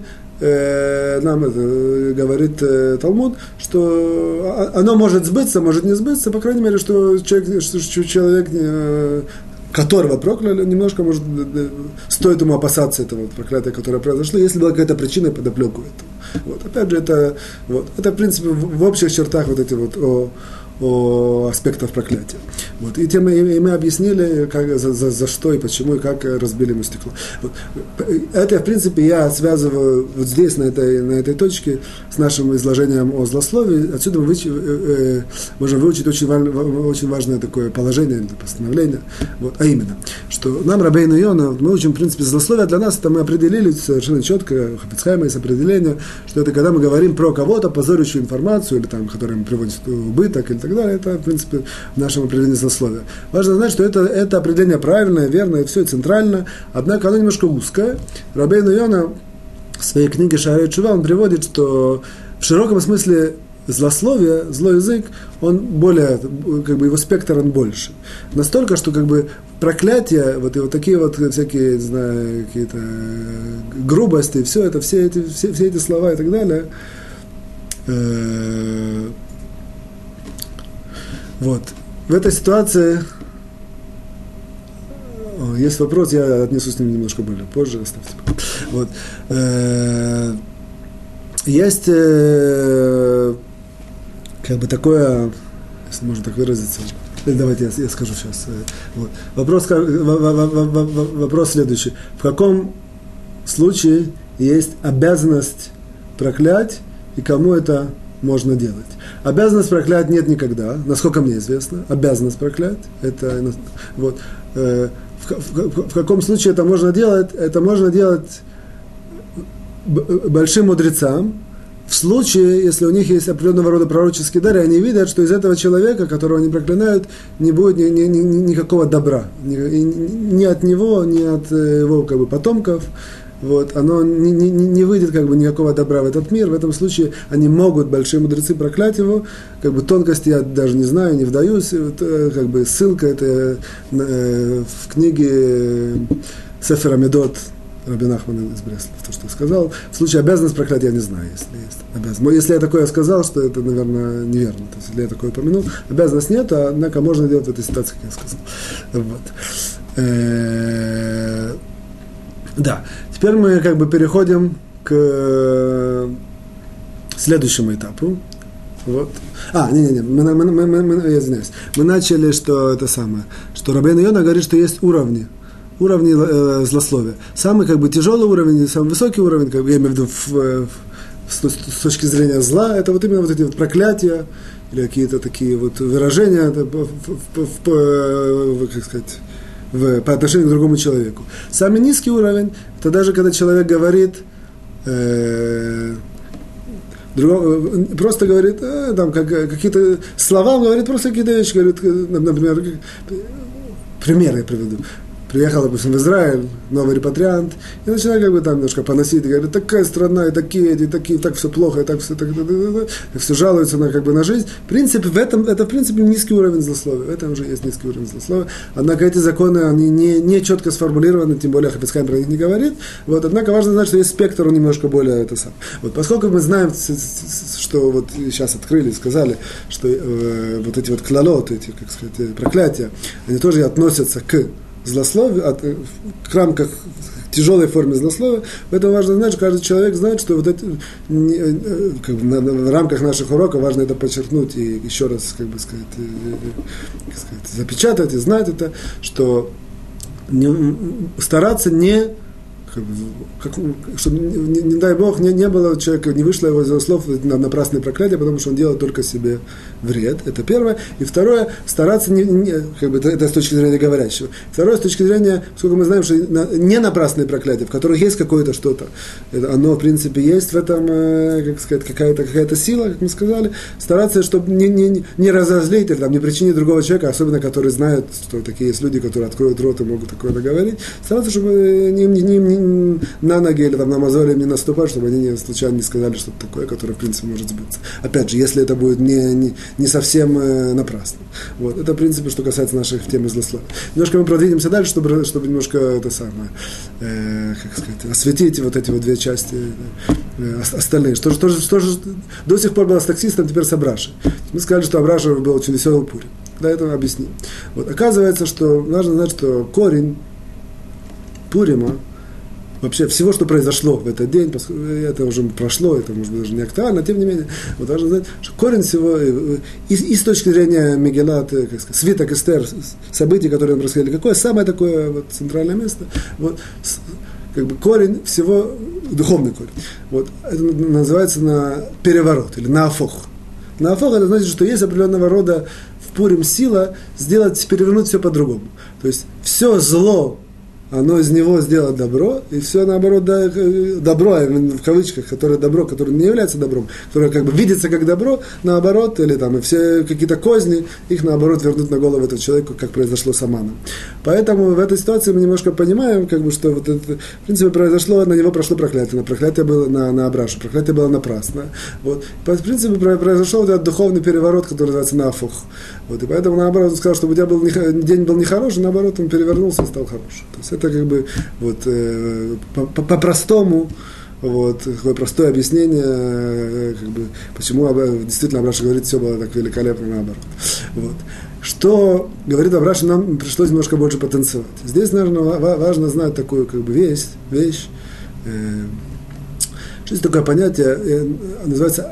Speaker 1: э, нам это говорит э, Талмуд, что оно может сбыться, может не сбыться, по крайней мере, что человек, что, что человек э, которого прокляли, немножко, может, стоит ему опасаться этого проклятия, которое произошло, если была какая-то причина и подоплеку этого. Вот. Опять же, это, вот, это, в принципе, в, в общих чертах вот эти вот о, о аспектах проклятия. Вот. И, тем, и мы объяснили, как, за, за, за что и почему, и как разбили ему стекло. Вот. Это, в принципе, я связываю вот здесь, на этой, на этой точке, с нашим изложением о злословии. Отсюда мы выч, э, э, можем выучить очень, очень важное такое положение, постановление. Вот. А именно, что нам, Рабейну Йона, мы учим, в принципе, злословие для нас, это мы определили совершенно четко, у Хафец Хаима есть определение, что это когда мы говорим про кого-то, позорящую информацию, или там, которая приводит убыток, или так далее, это, в принципе, в нашем определении злословия. Важно знать, что это, это определение правильное, верное, все центрально, однако оно немножко узкое. Рабейну Йона в своей книге «Шаарей Тшува» он приводит, что в широком смысле злословие, злой язык, он более, как бы его спектр, он больше. Настолько, что как бы проклятие, вот и вот такие вот всякие, не знаю, какие-то грубости, все это, все эти, все, все эти слова и так далее, э, вот. В этой ситуации есть вопрос, я отнесу с ним немножко более позже, оставьте. Вот. Э, есть э, как бы такое, если можно так выразиться, давайте я, я скажу сейчас. Вот. Вопрос, вопрос следующий. В каком случае есть обязанность проклять и кому это можно делать? Обязанность проклять нет никогда, насколько мне известно. Обязанность проклять, это вот. Э, в, в, в каком случае это можно делать? Это можно делать большим мудрецам, в случае, если у них есть определенного рода пророческие дары, они видят, что из этого человека, которого они проклинают, не будет ни, ни, ни, никакого добра. Ни, ни от него, ни от его как бы, потомков. Вот, оно не, не, не выйдет как бы, никакого добра в этот мир. В этом случае они могут, большие мудрецы, проклять его. Как бы, тонкости я даже не знаю, не вдаюсь. Как бы, ссылка это э, в книге Сефер Амидот Раби Нахман из Бреслова, то, что я сказал. В случае обязанность проклять я не знаю, если есть обязанность. Если я такое сказал, что это, наверное, неверно. То есть, если я такое упомянул, обязанность нет, а, однако можно делать в этой ситуации, как я сказал. Вот. Да. Теперь мы как бы переходим к следующему этапу. Вот. А, не-не-не, мы, мы, мы, мы, мы, я извиняюсь. Мы начали, что это самое, что Рабейну Йона говорит, что есть уровни. Уровни э, злословия. Самый как бы тяжелый уровень, самый высокий уровень, как бы, я имею в виду в, в, с, с точки зрения зла, это вот именно вот эти вот проклятия или какие-то такие вот выражения это, в, в, в, в, как сказать, в, по отношению к другому человеку. Самый низкий уровень, это даже когда человек говорит, э, друг, просто говорит, э, там как, какие-то слова, он говорит просто какие-то вещи, говорит, например, пример я приведу. Приехал, допустим, в Израиль, новый репатриант, и начинает как бы там немножко поносить, и говорит, такая страна, и такие, и такие, так все плохо, и так все, так, так, так, так, и все жалуются на, как бы, на жизнь. В принципе, в этом, это, в принципе, низкий уровень злословия. В этом уже есть низкий уровень злословия. Однако эти законы, они не, не четко сформулированы, тем более Хафец Хаим про них не говорит. Вот, однако важно знать, что есть спектр, он немножко более это сам. Вот, поскольку мы знаем, что вот сейчас открыли, сказали, что э, вот эти вот клалоты, эти, как сказать, проклятия, они тоже относятся к злословие, от, к рамках тяжелой форме злословия, поэтому важно знать, что каждый человек знает, что вот это, как бы, на, на, в рамках наших уроков важно это подчеркнуть и еще раз, как бы сказать, как сказать, запечатать и знать это, что не, стараться не Как, как, чтобы, не, не дай Бог, не, не было человека, не вышло его из слов на напрасное проклятие, потому что он делает только себе вред. Это первое. И второе, стараться не, не как бы, это, это с точки зрения говорящего. Второе, с точки зрения, поскольку мы знаем, что не напрасные проклятия, в которых есть какое-то что-то, это, оно, в принципе, есть в этом, как сказать, какая-то, какая-то сила, как мы сказали, стараться, чтобы не, не, не разозлить или там, не причинить другого человека, особенно который знает, что такие есть люди, которые откроют рот и могут такое наговорить, стараться, чтобы не, не, не, не на ноги или там, на мозоли им не наступать, чтобы они не, случайно не сказали что-то такое, которое, в принципе, может сбыться. Опять же, если это будет не, не, не совсем э, напрасно. Вот. Это, в принципе, что касается наших темы злословия. Немножко мы продвинемся дальше, чтобы, чтобы немножко это самое, э, как сказать, осветить вот эти вот две части э, остальные. Что же, что, же, что же до сих пор было с таксистом, теперь с Абрашей. Мы сказали, что Абраша был очень веселый Пурим. До этого объясним. Вот. Оказывается, что важно знать, что корень Пурима, вообще всего, что произошло в этот день, это уже прошло, это, может быть, даже не актуально, тем не менее, вот важно знать, что корень всего, и, и с точки зрения Мегилат, как сказать, свиток Эстер, событий, которые происходили, какое самое такое вот, центральное место, вот, как бы корень всего, духовный корень, вот, это называется на переворот, или на афох. На афох это значит, что есть определенного рода в Пурим сила сделать, перевернуть все по-другому. То есть все зло, оно из него сделать добро, и все наоборот, да, добро, в кавычках, которое добро, которое не является добром, которое как бы видится как добро, наоборот, или там и все какие-то козни, их наоборот вернут на голову этого человека, как произошло с Аманом. Поэтому в этой ситуации мы немножко понимаем, как бы, что вот это, в принципе, произошло, на него прошло проклятие, на проклятие было на, на Абрашу, проклятие было напрасно. Вот. В принципе, произошел вот этот духовный переворот, который называется нафух. Вот. И поэтому, наоборот, он сказал, что у тебя был не, день был нехороший, наоборот, он перевернулся и стал хорошим. То есть это как бы вот, э, по-простому, вот, такое простое объяснение, э, как бы, почему действительно Абраша говорит, все было так великолепно наоборот. Вот. Что говорит Абраша, нам пришлось немножко больше потанцевать. Здесь, наверное, важно знать такую как бы вещь, вещь э, что есть такое понятие, э, называется,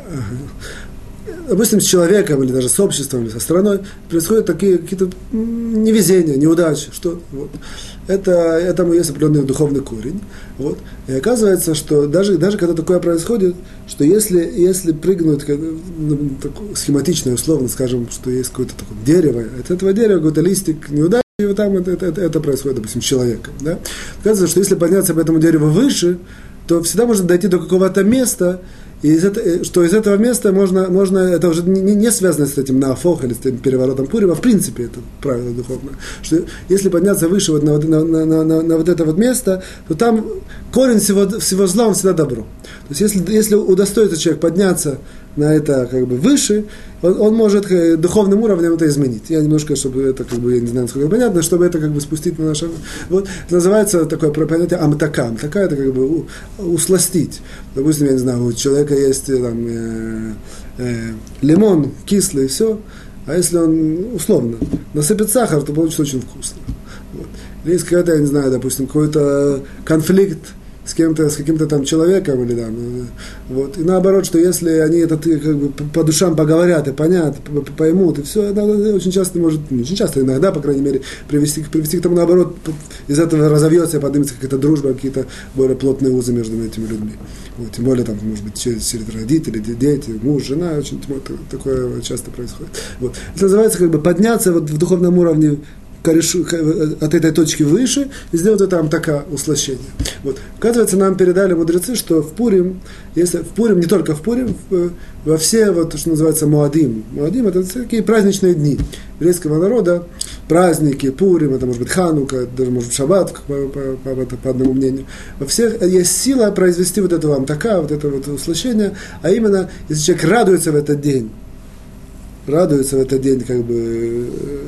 Speaker 1: э, допустим, с человеком или даже с обществом, или со страной происходят такие какие-то невезения, неудачи, что вот. Это, этому есть определенный духовный корень. Вот. И оказывается, что даже, даже когда такое происходит, что если, если прыгнуть, ну, так, схематично, условно скажем, что есть какое-то такое дерево, от этого дерева какой-то листик неудачи, и вот там это, это, это происходит, допустим, с человеком. Да? Оказывается, что если подняться по этому дереву выше, то всегда можно дойти до какого-то места, и из это, что из этого места можно, можно это уже не, не связано с этим нафох или с этим переворотом Пурима, в принципе это правило духовное, что если подняться выше вот на, на, на, на, на, на вот это вот место, то там корень всего, всего зла, он всегда добро. То есть если, если удостоится человек подняться на это как бы выше, он, он может духовным уровнем это изменить. Я немножко, чтобы это, как бы, я не знаю, насколько это понятно, чтобы это как бы спустить на наше... Вот, это называется такое понятие амтака. Амтака это как бы усластить. Допустим, я не знаю, у человека есть там, э, э, лимон кислый, все, а если он, условно, насыпет сахар, то получится очень вкусно. Вот. Или есть какая-то, я не знаю, допустим, какой-то конфликт с кем-то, с каким-то там человеком, или там, вот. И наоборот, что если они это как бы по душам поговорят и понят, поймут, и все, это очень часто может, не очень часто, иногда, по крайней мере, привести, привести к тому, наоборот, из этого разовьется, поднимется какая-то дружба, какие-то более плотные узы между этими людьми. Вот. Тем более, там, может быть, через, через родители, дети, муж, жена, очень такое часто происходит. Вот. Это называется как бы подняться вот в духовном уровне корешу, от этой точки выше и сделать это амтака, услощение. Вот. Оказывается, нам передали мудрецы, что в Пурим, если в Пурим, не только в Пурим, в, во все, вот, что называется, Моадим. Моадим – это такие праздничные дни еврейского народа, праздники, Пурим, это может быть Ханука, это даже может быть Шаббат, по, по, по, по одному мнению. Во всех есть сила произвести вот этого амтака, вот это вот услощение, а именно, если человек радуется в этот день, радуется в этот день, как бы,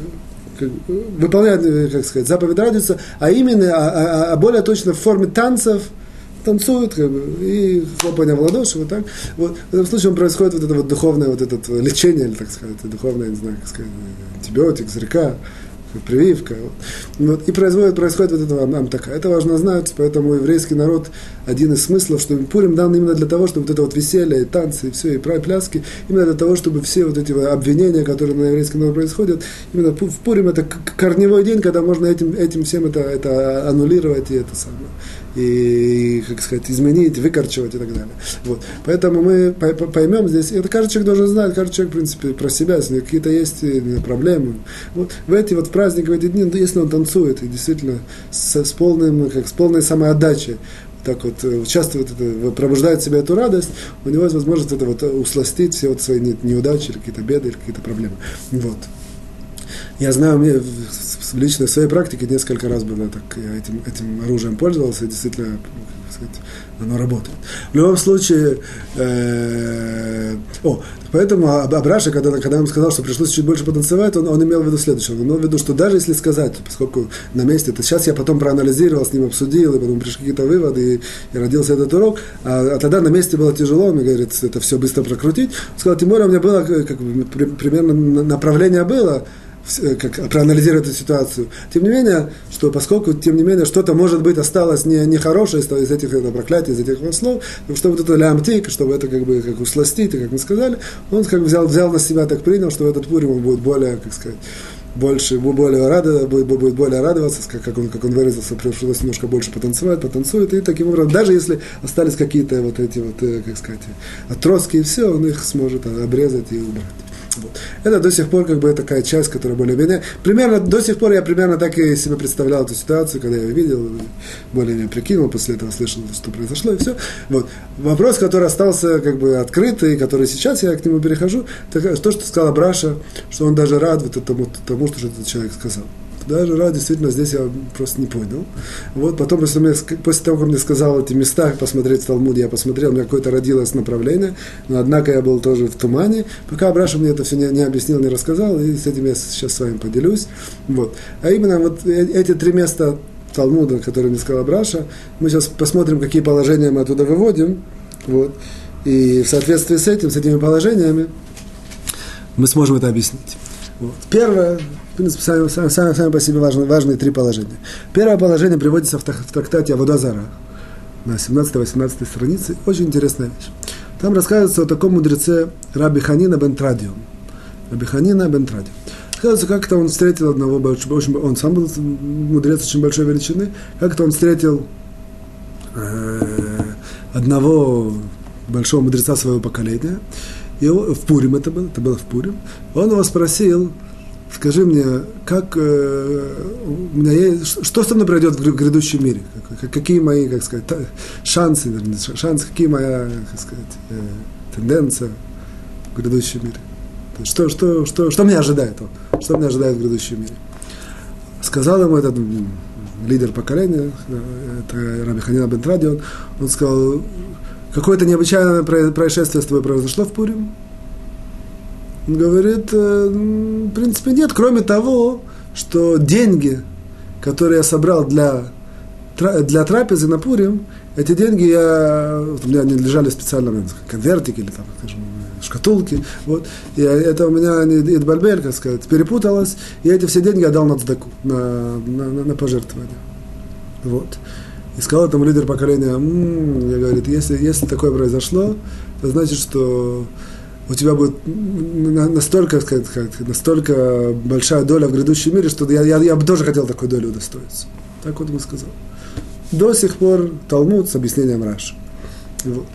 Speaker 1: выполняют, как сказать, заповедь радуются, а именно, а, а, а более точно в форме танцев, танцуют, как бы, и хлопания в ладоши, вот так. Вот. В этом случае происходит вот это вот духовное вот это лечение, или, так сказать, духовное, не знаю, как сказать, антибиотик, зрека, прививка. Вот. Вот. И происходит, происходит вот это амтака. Это важно знать, поэтому еврейский народ, один из смыслов, что Пурим дан именно для того, чтобы вот это вот веселье, и танцы, и все, и пляски, именно для того, чтобы все вот эти обвинения, которые на еврейском народе происходят, именно в Пурим это корневой день, когда можно этим, этим всем это, это аннулировать и это самое. И, как сказать, изменить, выкорчевать и так далее. Вот. Поэтому мы поймем здесь, это каждый человек должен знать, каждый человек, в принципе, про себя, если какие-то есть проблемы. Вот. В эти вот праздники, в эти дни, если он танцует, и действительно с, с, полным, как, с полной самоотдачей, так вот участвует, это, пробуждает в себе эту радость, у него есть возможность это вот усластить все вот свои неудачи, или какие-то беды, или какие-то проблемы. Вот. Я знаю, мне лично в своей практике несколько раз было так, я этим, этим оружием пользовался, и действительно, как сказать, оно работает. В любом случае, э, о, поэтому Абраша, когда, когда он сказал, что пришлось чуть больше потанцевать, он, он имел в виду следующее. Он имел в виду, что даже если сказать, поскольку на месте, это сейчас я потом проанализировал, с ним обсудил, и потом пришли какие-то выводы, и, и родился этот урок, а, а тогда на месте было тяжело, он мне говорит, это все быстро прокрутить. Он сказал, тем более у меня было, как бы, примерно направление было, как проанализировать эту ситуацию. Тем не менее, что поскольку, тем не менее, что-то, может быть, осталось не, нехорошее из этих это, проклятий, из этих вот слов, чтобы вот это лямтик, чтобы это как бы как усластить, и как мы сказали, он как бы взял, взял на себя, так принял, что в этот Пурим он будет более, как сказать, больше, более рад, будет, будет более радоваться, как он, как он выразился, пришлось немножко больше потанцевать, потанцует, и таким образом, даже если остались какие-то вот эти вот, как сказать, отростки и все, он их сможет обрезать и убрать. Вот. Это до сих пор как бы такая часть, которая более-менее... Примерно, до сих пор я примерно так и себе представлял эту ситуацию, когда я ее видел, более-менее прикинул, после этого слышал, что произошло, и все. Вот. Вопрос, который остался как бы открытый, который сейчас я к нему перехожу, это то, что сказал Браша, что он даже рад вот тому, тому, что этот человек сказал. Даже рад, действительно, здесь я просто не понял. Вот, потом, после, меня, после того, как мне сказал эти места посмотреть в Талмуде, я посмотрел, у меня какое-то родилось направление, но, однако, я был тоже в тумане, пока Браша мне это все не, не объяснил, не рассказал, и с этим я сейчас с вами поделюсь. Вот. А именно вот эти три места Талмуда, которые мне сказал Браша, мы сейчас посмотрим, какие положения мы оттуда выводим, вот, и в соответствии с этим, с этими положениями, мы сможем это объяснить. Вот. Первое, в принципе, сами, сами, сами по себе важные, важные три положения. Первое положение приводится в, в трактате Авода Зара на семнадцатой-восемнадцатой странице. Очень интересная вещь. Там рассказывается о таком мудреце Раби Ханина бен Традион. Раби Ханина бен Традион. Рассказывается, как-то он встретил одного, очень, он сам был мудрец очень большой величины, как-то он встретил э, одного большого мудреца своего поколения. И в Пурим это было, это было в Пурим. Он его спросил, скажи мне, как э, у меня есть, что со мной пройдет в грядущем мире? Какие мои, как сказать, шансы, вернее, шансы, какие моя, как сказать, э, тенденция в грядущем мире? Что, что, что, что меня ожидает он? Что меня ожидает в грядущем мире? Сказал ему этот лидер поколения, это Раби Ханина бен Традион, он сказал, какое-то необычайное происшествие с тобой произошло в Пурим? Он говорит, в принципе, нет, кроме того, что деньги, которые я собрал для, для трапезы на Пурим, эти деньги я, у меня они лежали в специальном конвертике или там, скажем, шкатулке, вот, и это у меня идбальбель, как сказать, перепуталось, и эти все деньги я дал на цдаку, на, на, на пожертвование. Вот. И сказал этому лидер поколения, м-м, я говорю, если, если такое произошло, то значит, что у тебя будет настолько, сказать, настолько большая доля в грядущем мире, что я, я, я бы тоже хотел такой доли удостоиться. Так вот ему сказал. До сих пор Талмуд с объяснением Раши. Вот.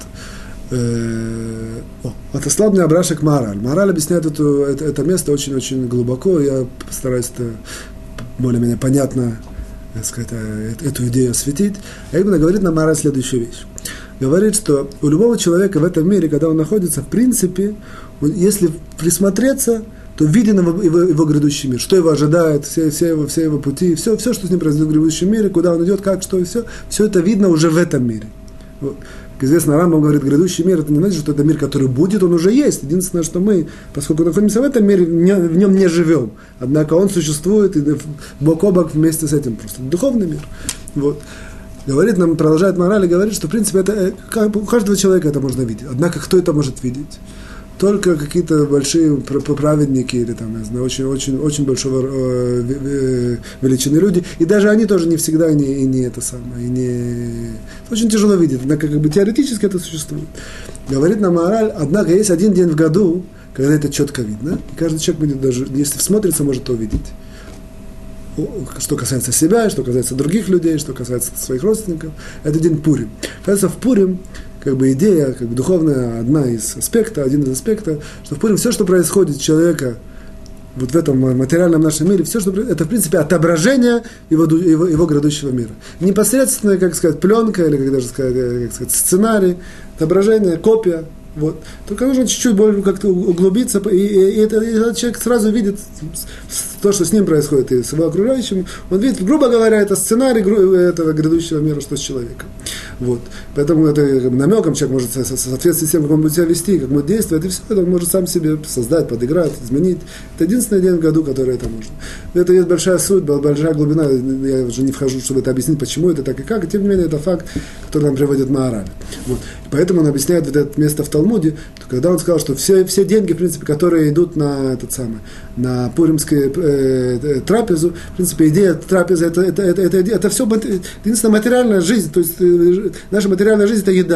Speaker 1: О, отослал мне Абрашек Маораль. Маораль объясняет эту, это, это место очень-очень глубоко. Я постараюсь это более-менее понятно, так сказать, эту идею осветить. А именно говорит нам Маораль следующую вещь. Говорит, что у любого человека в этом мире, когда он находится, в принципе, он, если присмотреться, то виден его, его, его грядущий мир, что его ожидает, все, все, его, все его пути, все, все, что с ним произойдет в грядущем мире, куда он идет, как, что и все, все это видно уже в этом мире. Вот. Как известно, Рамбам говорит, грядущий мир, это не значит, что это мир, который будет, он уже есть. Единственное, что мы, поскольку находимся в этом мире, в нем не живем. Однако он существует и бок о бок вместе с этим, просто духовный мир. Вот. Говорит нам, продолжает Маораль и говорит, что в принципе это, у каждого человека это можно видеть. Однако кто это может видеть? Только какие-то большие праведники или там, я знаю, очень, очень, очень большого э, величины люди. И даже они тоже не всегда и не, и не это самое. И не... Очень тяжело видеть, однако как бы теоретически это существует. Говорит нам Маораль, однако есть один день в году, когда это четко видно. И каждый человек будет даже, если всмотрится, может это увидеть. Что касается себя, что касается других людей, что касается своих родственников. Это день Пурим. Кажется, в Пурим как бы идея, как бы духовная, одна из аспектов, один из аспектов, что в Пурим все, что происходит у человека вот в этом материальном нашем мире, все, что это, в принципе, отображение его, его, его грядущего мира. Непосредственно, как сказать, пленка, или как даже сказать, как сказать, сценарий, отображение, копия. Вот. Только нужно чуть-чуть больше как-то углубиться, и, и, и, это, и этот человек сразу видит то, что с ним происходит, и с его окружающим. Он видит, грубо говоря, это сценарий этого грядущего мира, что с человеком. Вот. Поэтому это намеком человек может в соответствии с тем, как он будет себя вести, как будет действовать, и все это он может сам себе создать, подыграть, изменить. Это единственный день в году, который это можно. Это есть большая суть, большая глубина, я уже не вхожу, чтобы это объяснить, почему это так и как, и тем не менее это факт, который нам приводит Маораль. Вот. Поэтому он объясняет вот это место в Талмуде, когда он сказал, что все, все деньги, в принципе, которые идут на этот самый, на пуримскую э, трапезу, в принципе, идея трапезы, это, это, это, это, это все единственная материальная жизнь, то есть э, наша материальная жизнь – это еда.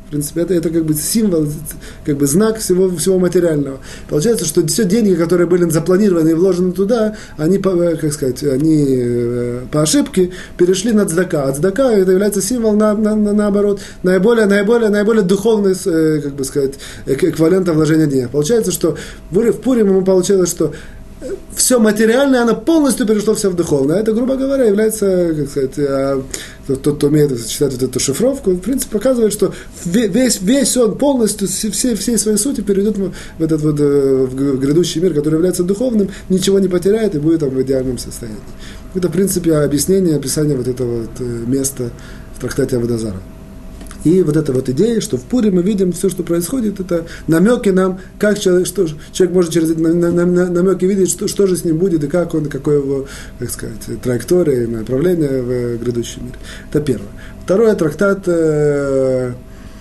Speaker 1: В принципе, это, это как бы символ, как бы знак всего, всего материального. Получается, что все деньги, которые были запланированы и вложены туда, они, как сказать, они по ошибке перешли на цдака. А цдака это является символом, на, на, на, наоборот, наиболее, наиболее, наиболее духовный, как бы сказать, эквивалент вложения денег. Получается, что в Пурим ему получилось, что все материальное, оно полностью перешло все в духовное. Это, грубо говоря, является, как сказать, тот, кто умеет читать вот эту шифровку, в принципе, показывает, что весь, весь он полностью, все, всей своей сути перейдет в этот вот в грядущий мир, который является духовным, ничего не потеряет и будет там в идеальном состоянии. Это, в принципе, объяснение, описание вот этого вот места в трактате Авода Зара. И вот эта вот идея, что в Пуре мы видим все, что происходит, это намеки нам, как человек, что, человек может через эти намеки видеть, что, что же с ним будет, и как он, какое его, как сказать, траектория, направление в грядущем мире. Это первое. Второе, трактат, э,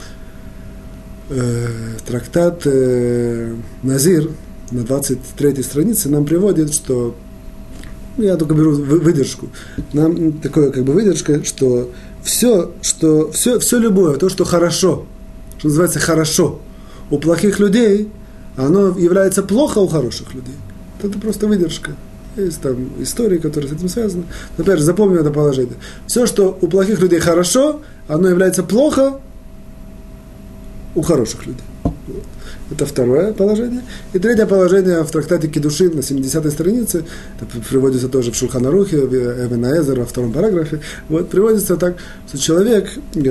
Speaker 1: э, трактат э, Назир на двадцать третьей странице нам приводит, что, я только беру выдержку, нам такое как бы выдержка, что Все, что, все, все любое, то, что хорошо, что называется хорошо у плохих людей, оно является плохо у хороших людей. Это просто выдержка. Есть там истории, которые с этим связаны. Но опять же, запомним это положение. Все, что у плохих людей хорошо, оно является плохо у хороших людей. Это второе положение. И третье положение в трактате Кидушин на семидесятой странице, это приводится тоже в Шулхан Арухе, в Эбен Аэзер, во втором параграфе, вот, приводится так, что человек,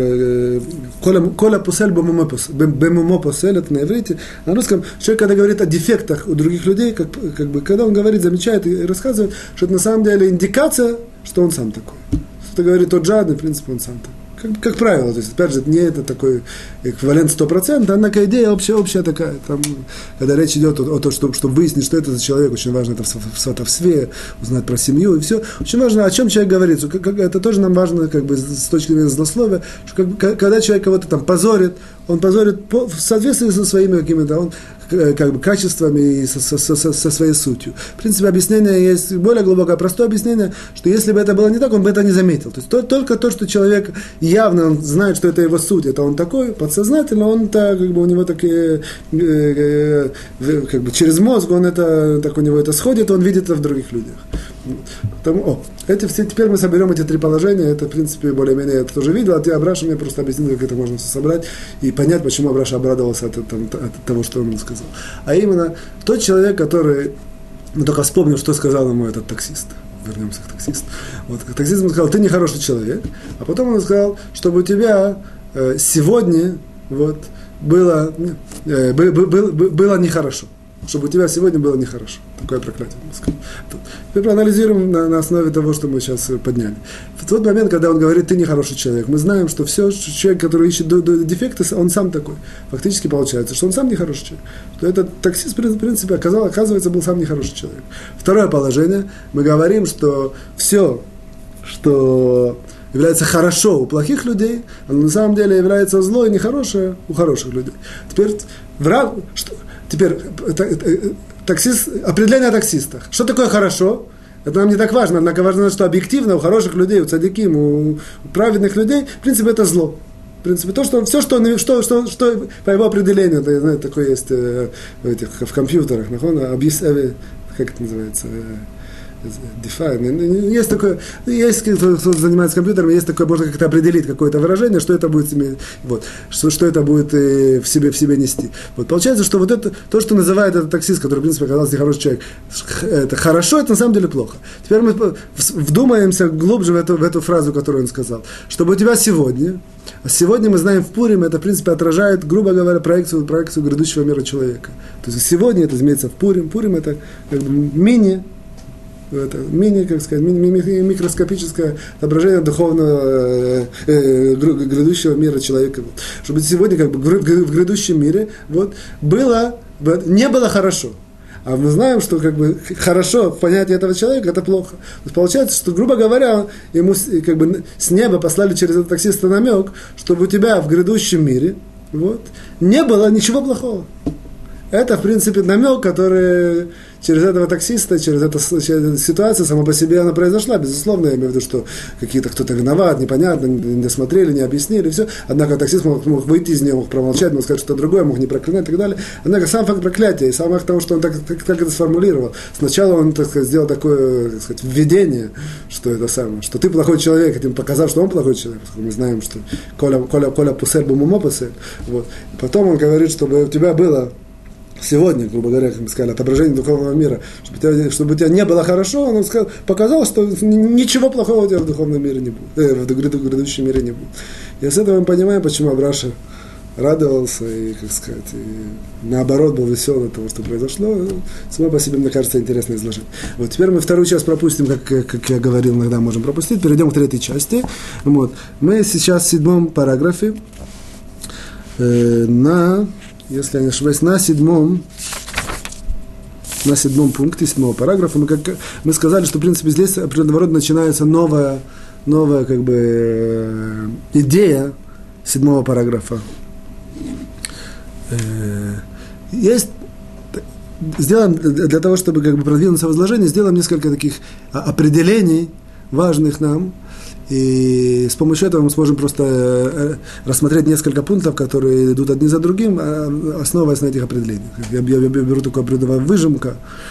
Speaker 1: коля пусель бемумо посель, это на иврите, на русском, человек, когда говорит о дефектах у других людей, как, как бы, когда он говорит, замечает и рассказывает, что это на самом деле индикация, что он сам такой. Что говорит тот жадный, в принципе, он сам такой. Как, как правило, то есть, опять же, не это такой эквивалент сто процентов, однако идея общая, общая такая. Там, когда речь идет о, о том, чтобы, чтобы выяснить, что это за человек, очень важно это в сватовстве, узнать про семью и все. Очень важно, о чем человек говорит. Как, как, это тоже нам важно как бы, с точки зрения злословия, что как, когда человек кого-то там позорит, он позорит по, в соответствии со своими какими-то он, как бы, качествами и со, со, со, со своей сутью. В принципе, объяснение есть более глубокое, простое объяснение, что если бы это было не так, он бы это не заметил. То есть то, только то, что человек явно он знает, что это его суть, это он такой, подсознательно, он так, как бы у него такие, э, э, как бы через мозг, он это, так у него это сходит, он видит это в других людях. Потому, о, эти все, теперь мы соберем эти три положения, это, в принципе, более-менее я это тоже видел, а ты, Абраша, мне просто объяснил, как это можно все собрать и понять, почему Абраша обрадовался от, от, от того, что он ему сказал. А именно, тот человек, который, мы только вспомним, что сказал ему этот таксист. Вернемся к таксисту. Вот, таксист ему сказал, ты нехороший человек, а потом он сказал, чтобы у тебя э, сегодня вот, было, э, бы, бы, бы, было нехорошо. Чтобы у тебя сегодня было нехорошо. Такое проклятие. Теперь проанализируем на, на основе того, что мы сейчас подняли. В тот момент, когда он говорит, ты нехороший человек, мы знаем, что все, человек, который ищет дефекты, он сам такой. Фактически получается, что он сам нехороший человек. Что этот таксист, в принципе, оказалось, оказывается, был сам нехороший человек. Второе положение. Мы говорим, что все, что является хорошо у плохих людей, оно на самом деле является зло и нехорошее у хороших людей. Теперь враг... Что, Теперь, таксист, определение о таксистах. Что такое хорошо? Это нам не так важно, однако важно, что объективно у хороших людей, у цадиким, у, у праведных людей, в принципе, это зло. В принципе, то, что, все, что, что, что, что по его определению, это, знаете, такое есть э, в, этих, в компьютерах, объяс, как это называется, define. Есть такое, есть кто, кто занимается компьютером, есть такое, можно как-то определить какое-то выражение, что это будет, вот, что, что это будет э, в, себе, в себе нести. Вот, получается, что вот это, то, что называет этот таксист, который, в принципе, оказался нехороший человек, это хорошо, это на самом деле плохо. Теперь мы вдумаемся глубже в эту, в эту фразу, которую он сказал. Чтобы у тебя сегодня, а сегодня мы знаем в Пурим, это, в принципе, отражает, грубо говоря, проекцию, проекцию грядущего мира человека. То есть сегодня это изменится в Пурим. Пурим это как бы мини это мини, как сказать, ми- ми- микроскопическое отображение духовного э, э, грядущего мира человека. Чтобы сегодня как бы в грядущем мире вот, было, не было хорошо. А мы знаем, что как бы хорошо в понятии этого человека это плохо. То есть получается, что, грубо говоря, ему как бы с неба послали через этого таксиста намек, чтобы у тебя в грядущем мире вот, не было ничего плохого. Это, в принципе, намек, который через этого таксиста, через эту ситуацию сама по себе она произошла. Безусловно, я имею в виду, что какие-то кто-то виноват, непонятно, не досмотрели, не объяснили, все. Однако таксист мог, мог выйти из нее, мог промолчать, мог сказать что-то другое, мог не проклинать и так далее. Однако сам факт проклятия и сам факт того, что он так, так, так это сформулировал. Сначала он, так сказать, сделал такое, так сказать, введение, что это самое, что ты плохой человек, этим показав, что он плохой человек. Мы знаем, что Коля, Коля, Коля пусель бумумо пусель. Вот. Потом он говорит, чтобы у тебя было сегодня, грубо говоря, как мы сказали, отображение духовного мира, чтобы, тебя, чтобы у тебя не было хорошо, он сказал, показал, что ничего плохого у тебя в духовном мире не будет, э, в грядущем мире не будет. И с этого мы понимаем, почему Абраша радовался и, как сказать, и наоборот был весел от того, что произошло. Само по себе, мне кажется, интересно изложить. Вот теперь мы вторую часть пропустим, как, как я говорил, иногда можем пропустить. Перейдем к третьей части. Вот. Мы сейчас в седьмом параграфе э, на, если я не ошибаюсь, на седьмом на седьмом пункте седьмого параграфа. Мы, как, мы сказали, что, в принципе, здесь определенного рода начинается новая, новая как бы, э, идея седьмого параграфа. Есть, сделаем для того, чтобы как бы продвинуться в изложении, сделаем несколько таких определений, важных нам, и с помощью этого мы сможем просто рассмотреть несколько пунктов, которые идут одни за другим, основываясь на этих определениях. Я, я, я беру такую определенную выжимку,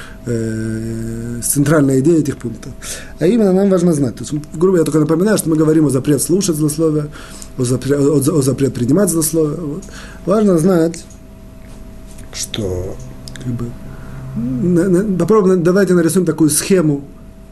Speaker 1: э, центральная идея этих пунктов. А именно нам важно знать, то есть, грубо я только напоминаю, что мы говорим о запрет слушать злословие, о запрет, о, о запрет принимать злословие. Вот. Важно знать, что как бы, на, на, попробуем, давайте нарисуем такую схему,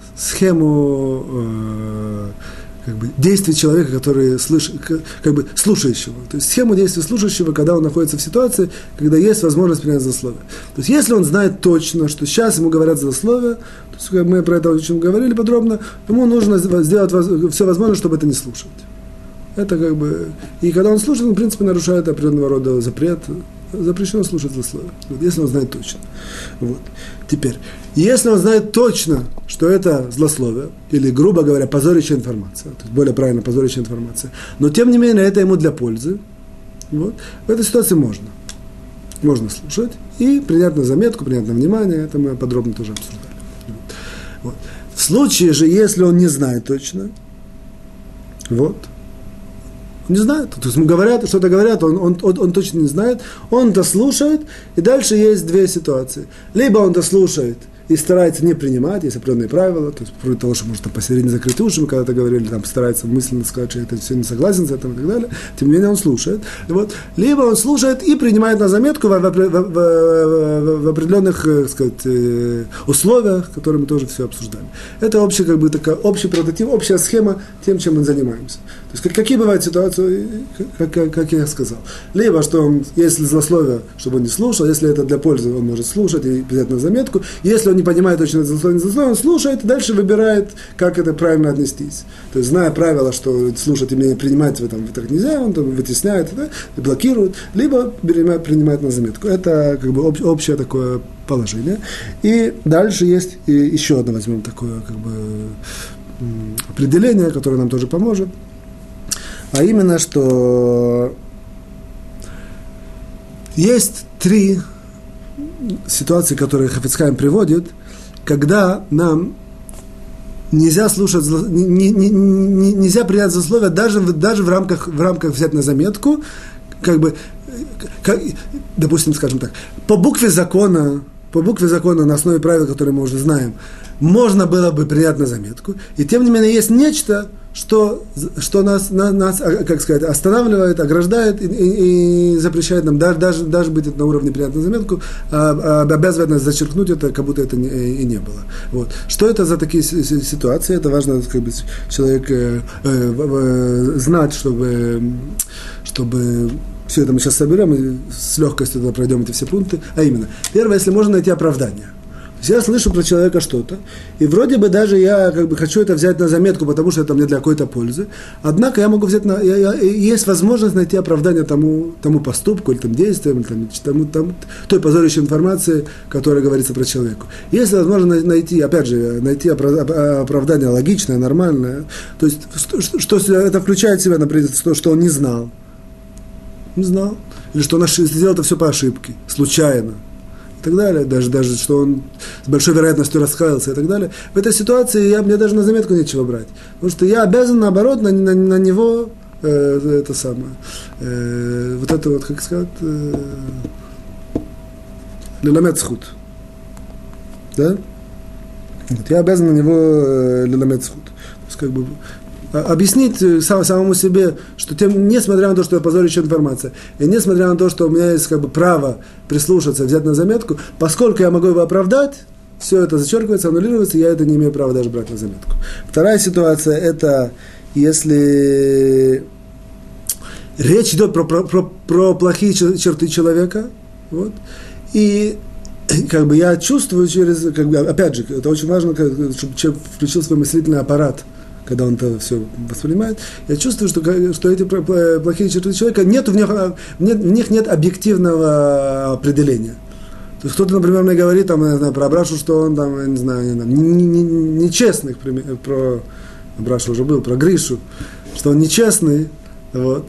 Speaker 1: схему э, как бы, действий человека, который слыш, как бы, слушающего. То есть схему действий слушающего, когда он находится в ситуации, когда есть возможность принять злословие. То есть если он знает точно, что сейчас ему говорят злословие, то есть, как мы про это очень говорили подробно, ему нужно сделать все возможное, чтобы это не слушать. Это как бы... И когда он слушает, он, в принципе, нарушает определенного рода запрет. Запрещено слушать злословие, вот, если он знает точно. Вот. Теперь, если он знает точно, что это злословие, или, грубо говоря, позорящая информация, то есть более правильно, позорящая информация, но, тем не менее, это ему для пользы, вот, в этой ситуации можно. Можно слушать и принять на заметку, принять на внимание, это мы подробно тоже обсуждали. Вот. Вот. В случае же, если он не знает точно, вот, не знает. То есть ему говорят, что-то говорят, он, он, он, он точно не знает, он это слушает, и дальше есть две ситуации. Либо он это слушает и старается не принимать, есть определенные правила, то есть вроде того, что может там, посередине закрыть уши, мы когда-то говорили, там старается мысленно сказать, что это все не согласен с этим и так далее, тем не менее он слушает. Вот. Либо он слушает и принимает на заметку в, в, в, в, в определенных, так сказать, условиях, которые мы тоже все обсуждали. Это общий, как бы, такой, общий прототип, общая схема тем, чем мы занимаемся. То есть какие бывают ситуации, как, как, как я сказал. Либо, что он, если злословие, чтобы он не слушал, если это для пользы, он может слушать и взять на заметку. Если он не понимает точно злословие, не злословие, он слушает и дальше выбирает, как это правильно отнестись. То есть, зная правила, что слушать и не принимать в этом так нельзя, он там вытесняет, да, блокирует, либо принимает, принимает на заметку. Это как бы об, общее такое положение. И дальше есть и еще одно, возьмем такое как бы определение, которое нам тоже поможет. А именно, что есть три ситуации, которые Хафец Хаим приводит, когда нам нельзя слушать, не, не, не, нельзя принять злословие даже, даже в, рамках, в рамках взять на заметку, как бы, как, допустим, скажем так, по букве закона, по букве закона на основе правил, которые мы уже знаем, можно было бы принять на заметку, и тем не менее есть нечто, что, что нас, нас, как сказать, останавливает, ограждает и, и, и запрещает нам даже, даже, даже быть на уровне принять на заметку, а, а обязывает нас зачеркнуть это, как будто это не, и не было. Вот. Что это за такие ситуации? Это важно, как бы, человек э, э, знать, чтобы, чтобы все это мы сейчас соберем и с легкостью туда пройдем эти все пункты. А именно, первое, если можно найти оправдание. Я слышу про человека что-то, и вроде бы даже я как бы хочу это взять на заметку, потому что это мне для какой-то пользы, однако я могу взять, на, я, я, есть возможность найти оправдание тому, тому поступку, или тому действию, или тому, тому, тому, той позорящей информации, которая говорится про человека. Если возможно найти, опять же, найти оправдание логичное, нормальное, то есть что, что, что это включает в себя, например, то, что он не знал, не знал, или что он сделал это все по ошибке, случайно. и так далее, даже, даже что он с большой вероятностью раскаялся и так далее, в этой ситуации я, мне даже на заметку нечего брать. Потому что я обязан, наоборот, на, на, на него э, это самое, э, вот это вот, как сказать, э, лиламет схуд. Да? Вот, я обязан на него э, лиламет схуд. То есть, как бы, объяснить сам, самому себе, что тем, несмотря на то, что я позорящая информация, и несмотря на то, что у меня есть как бы право прислушаться, взять на заметку, поскольку я могу его оправдать, все это зачеркивается, аннулируется, и я это не имею права даже брать на заметку. Вторая ситуация, это если речь идет про, про, про, про плохие черты человека, вот, и как бы я чувствую через, как бы, опять же, это очень важно, чтобы человек включил свой мыслительный аппарат, когда он это все воспринимает, я чувствую, что, что эти плохие черты человека, нет в, них, нет, в них нет объективного определения. То есть кто-то, например, мне говорит там, я знаю, про Абрашу, что он там, я не знаю, нечестный, про Абрашу уже был, про Гришу, что он нечестный, вот.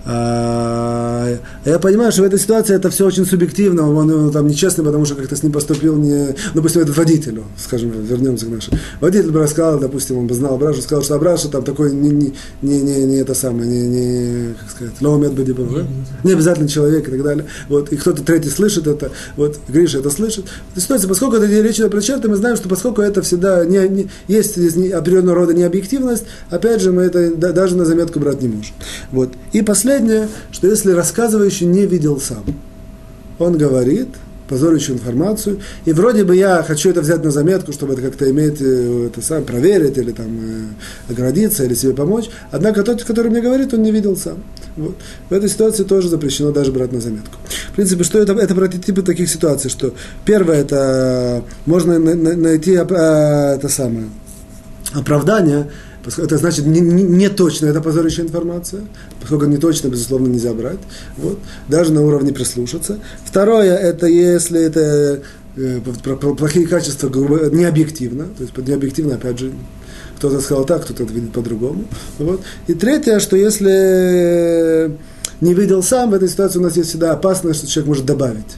Speaker 1: А я понимаю, что в этой ситуации это все очень субъективно, он, он там нечестный, потому что как-то с ним поступил не... Допустим, этот водителю, скажем, вернемся к нашему. Водитель бы рассказал, допустим, он бы знал Абрашу, сказал, что Абраша там такой не, не, не, не, не это самое, не, не как сказать, лоумет бы был, да? Не обязательно человек и так далее. Вот, и кто-то третий слышит это, вот, Гриша это слышит. В этой ситуации, поскольку это речь идет про черты, мы знаем, что поскольку это всегда не, не, есть определенного рода необъективность, опять же, мы это да, даже на заметку брать не можем. Вот. И последнее, что если рассказывающий не видел сам, он говорит позорящую информацию, и вроде бы я хочу это взять на заметку, чтобы это как-то иметь, это сам проверить, или там оградиться, или себе помочь, однако тот, который мне говорит, он не видел сам. Вот. В этой ситуации тоже запрещено даже брать на заметку. В принципе, что это? Это прототипы таких ситуаций, что первое, это можно найти это самое оправдание. Это значит не, не, не точно, это позорящая информация, поскольку не точно, безусловно, нельзя брать, вот, даже на уровне прислушаться. Второе, это если это э, про, про плохие качества грубо, не объективно, то есть не объективно, опять же, кто-то сказал так, кто-то это видит по-другому. Вот. И третье, что если не видел сам, в этой ситуации у нас есть всегда опасность, что человек может добавить.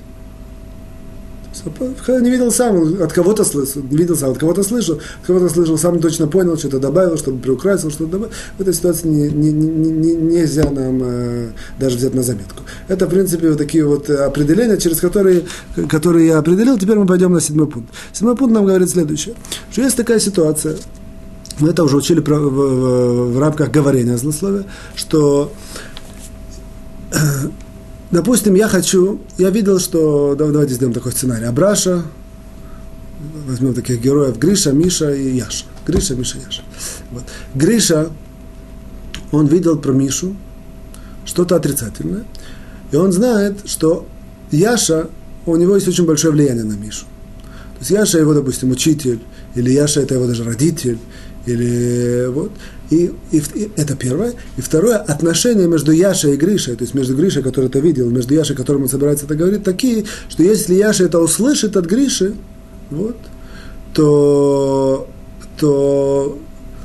Speaker 1: Когда не видел сам, он от кого-то слышал, не видел сам, от кого-то слышал, от кого-то слышал, сам точно понял, что-то добавил, что-то приукрасил, что-то добавил. В этой ситуации не, не, не, не, нельзя нам э, даже взять на заметку. Это, в принципе, вот такие вот определения, через которые, которые я определил. Теперь мы пойдем на седьмой пункт. Седьмой пункт нам говорит следующее, что есть такая ситуация, мы это уже учили в, в, в, в рамках говорения злословия, что... Э, Допустим, я хочу, я видел, что, давайте сделаем такой сценарий, Абраша, возьмем таких героев, Гриша, Миша и Яша. Гриша, Миша, Яша. Вот. Гриша, он видел про Мишу что-то отрицательное, и он знает, что Яша, у него есть очень большое влияние на Мишу. То есть Яша его, допустим, учитель, или Яша это его даже родитель, или вот. И, и, и это первое. И второе, отношения между Яшей и Гришей, то есть между Гришей, который это видел, между Яшей, которому он собирается это говорить, такие, что если Яша это услышит от Гриши, вот, то, то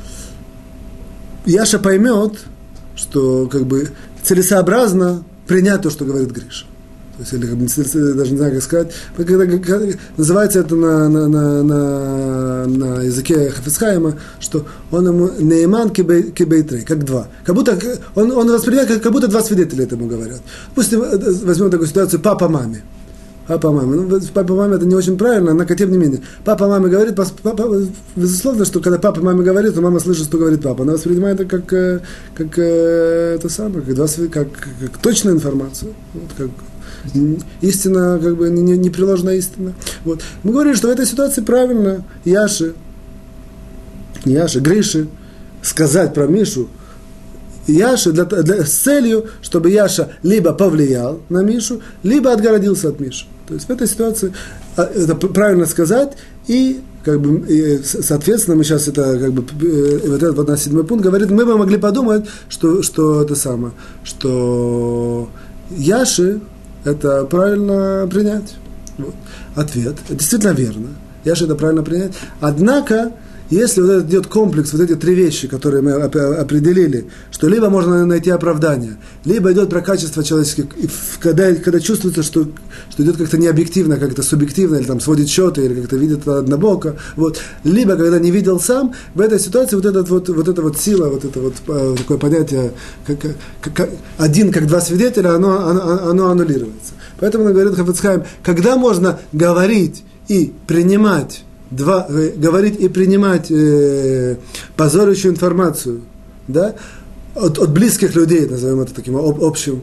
Speaker 1: Яша поймет, что как бы целесообразно принять то, что говорит Гриша. То есть, или, как бы, даже не знаю, как сказать, когда, когда, называется это на, на, на, на, на языке Хафец Хаима, что он ему нейман кибейтрей, как два. Как будто, он, он воспринимает, как, как будто два свидетеля этому говорят. Пусть возьмем такую ситуацию, папа маме. Папа маме. Ну, папа маме это не очень правильно, однако тем не менее. Папа маме говорит, папа, безусловно, что когда папа маме говорит, то мама слышит, что говорит папа. Она воспринимает это как, как это самое, как, два, как, как точную информацию. Вот, как, истина, как бы непреложная истина. Вот. Мы говорили, что в этой ситуации правильно Яше, Яше, Грише сказать про Мишу Яше для, для, с целью, чтобы Яша либо повлиял на Мишу, либо отгородился от Миши. То есть в этой ситуации это правильно сказать, и как бы, и, соответственно, мы сейчас это, как бы, вот этот вот наш седьмой пункт говорит, мы бы могли подумать, что, что это самое, что Яши это правильно принять. Вот. Ответ. Это действительно верно. Яша это правильно принять. Однако если вот этот идет комплекс, вот эти три вещи, которые мы определили, что либо можно найти оправдание, либо идет про качество человеческих, когда, когда чувствуется, что, что идет как-то необъективно, как-то субъективно, или там сводит счеты, или как-то видит однобоко, вот. Либо когда не видел сам, в этой ситуации вот, этот вот, вот эта вот сила, вот это вот такое понятие, как, как, один как два свидетеля, оно, оно, оно аннулируется. Поэтому он говорит Хафец Хаим, когда можно говорить и принимать Два, э, говорить и принимать э, позорящую информацию, да, от, от близких людей, назовем это таким об, общим.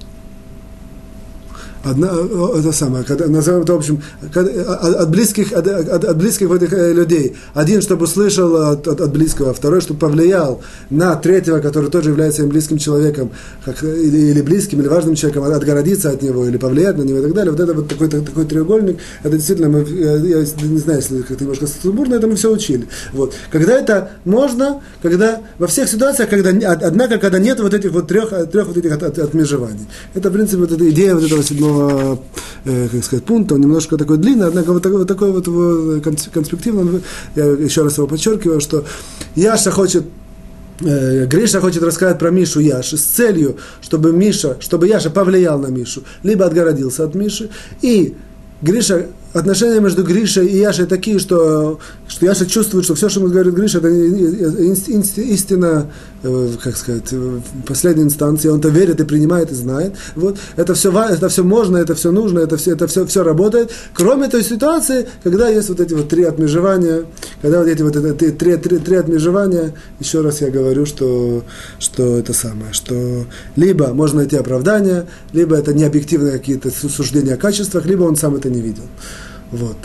Speaker 1: Одна, это самое, когда, назовем это общем, когда, от, от близких, от, от, от близких этих людей. Один, чтобы услышал от, от, от близкого, второй, чтобы повлиял на третьего, который тоже является им близким человеком, как, или, или близким, или важным человеком, отгородиться от него, или повлиять на него и так далее. Вот это вот такой, такой треугольник, это действительно, мы, я, я не знаю, если как-то немножко сумбурно, это мы все учили. Вот. Когда это можно, когда во всех ситуациях, когда, однако, когда нет вот этих вот трех, трех вот этих от, от, отмежеваний. Это, в принципе, вот эта идея вот этого седьмого Э, как сказать, пункта, он немножко такой длинный, однако вот такой вот, такой вот его конспективно, я еще раз его подчеркиваю, что Яша хочет, э, Гриша хочет рассказать про Мишу Яши с целью, чтобы Миша, чтобы Яша повлиял на Мишу, либо отгородился от Миши, и Гриша, отношения между Гришей и Яшей такие, что, что Яша чувствует, что все, что ему говорит Гриша, это истина, как сказать, в последней инстанции, он-то верит и принимает, и знает. Вот. Это все, это все можно, это все нужно, это все, это все, все работает. Кроме той ситуации, когда есть вот эти вот три отмежевания, когда вот эти вот это, три, три, три, три отмежевания, еще раз я говорю, что, что это самое, что либо можно найти оправдание, либо это необъективные какие-то суждения о качествах, либо он сам это не видел. Вот.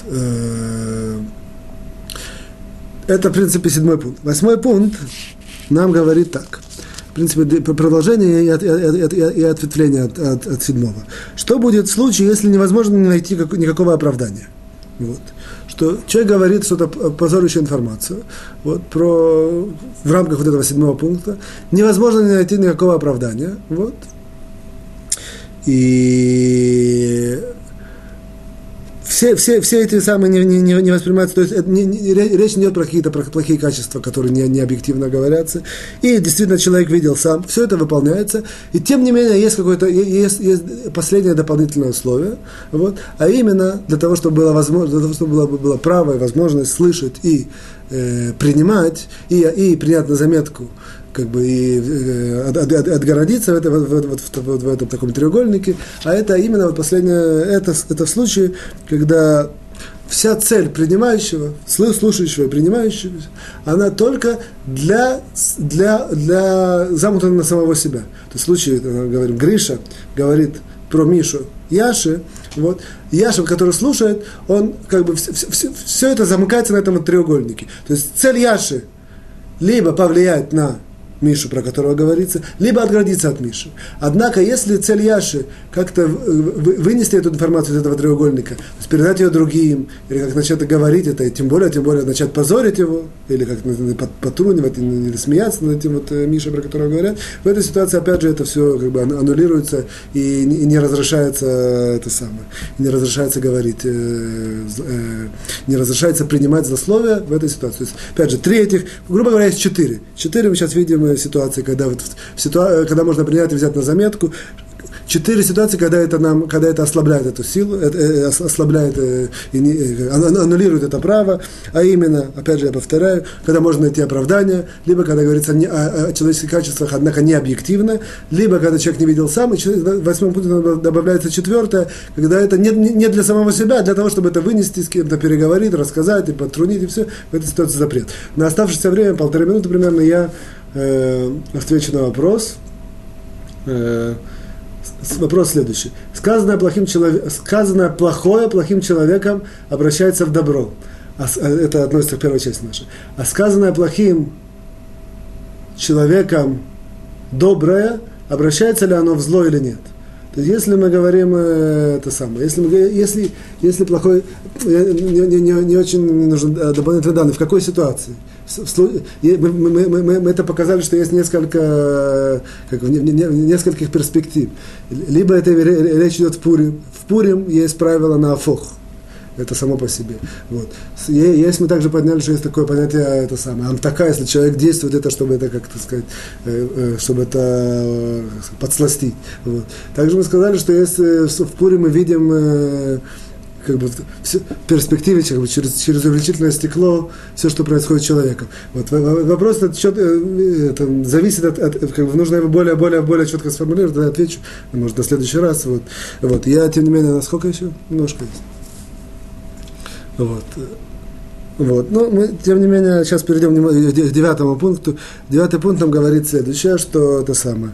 Speaker 1: Это, в принципе, седьмой пункт. Восьмой пункт нам говорит так. В принципе, продолжение и, от, и, от, и ответвление от, от, от седьмого. Что будет в случае, если невозможно найти как, никакого оправдания? Вот. Что человек говорит что-то, позорящую информацию, вот, про, в рамках вот этого седьмого пункта, невозможно найти никакого оправдания. Вот. И Все, все, все эти самые не, не, не воспринимаются, то есть это не, не, речь не идет про какие-то про плохие качества, которые не, не объективно говорятся, и действительно человек видел сам, все это выполняется, и тем не менее есть какое-то, есть, есть последнее дополнительное условие, вот, а именно для того, чтобы было возможно, для того, чтобы было, было право и возможность слышать и э, принимать, и, и принять на заметку, как бы и э, от, от, отгородиться в, это, в, в, в, в, в этом таком треугольнике, а это именно вот последнее, это, это в случае, когда вся цель принимающего, слушающего и принимающего, она только для, для, для замкнута на самого себя. То есть в случае, говорим, Гриша говорит про Мишу Яши, вот, Яша, который слушает, он как бы все, все, все это замыкается на этом вот треугольнике. То есть цель Яши либо повлиять на Мишу, про которого говорится, либо отгородиться от Миши. Однако, если цель Яши как-то вынести эту информацию из этого треугольника, то есть передать ее другим, или как начать говорить это, и тем более, тем более начать позорить его, или как потрунивать, или смеяться над этим вот Мишей, про которого говорят, в этой ситуации, опять же, это все как бы аннулируется и не разрешается это самое, не разрешается говорить, не разрешается принимать злословие в этой ситуации. То есть, опять же, три этих, грубо говоря, есть четыре. Четыре мы сейчас видим ситуации, когда, вот, ситуа- когда можно принять и взять на заметку. Четыре ситуации, когда это, нам, когда это ослабляет эту силу, это, э, ослабляет, э, э, аннулирует это право, а именно, опять же, я повторяю, когда можно найти оправдание, либо когда говорится не, о, о человеческих качествах, однако не объективно, либо когда человек не видел сам, и в восьмом пункте добавляется четвертое, когда это не, не для самого себя, а для того, чтобы это вынести, с кем-то переговорить, рассказать и подтрунить, и все, в этой ситуации запрет. На оставшееся время, полторы минуты примерно, я э, отвечу на вопрос. Э, Вопрос следующий. Сказанное, плохим человек, сказанное плохое плохим человеком обращается в добро. Это относится к первой части нашей. А сказанное плохим человеком доброе, обращается ли оно в зло или нет? То есть, если мы говорим это самое, если, мы, если, если плохой, не, не, не, не очень нужны дополнительные данные, в какой ситуации? Мы, мы, мы, мы это показали, что есть несколько, как, в, не, в нескольких перспектив. Либо это речь идет в Пурим. В Пурим есть правило на афох. это само по себе. Вот. Есть мы также подняли, что есть такое понятие, это самое, амтака, если человек действует, это чтобы это, как так сказать, чтобы это подсластить. Вот. Также мы сказали, что если в Пуре мы видим как бы в перспективе, как бы, через, через увеличительное стекло все, что происходит с человеком. Вот, вопрос этот чет, это, зависит от, от как бы, нужно его более, более, более четко сформулировать, тогда отвечу, может, на следующий раз. Вот. Вот. Я, тем не менее, насколько еще? Немножко есть. Вот. Вот. Но мы, тем не менее, сейчас перейдем к девятому пункту. Девятый пункт нам говорит следующее, что это самое,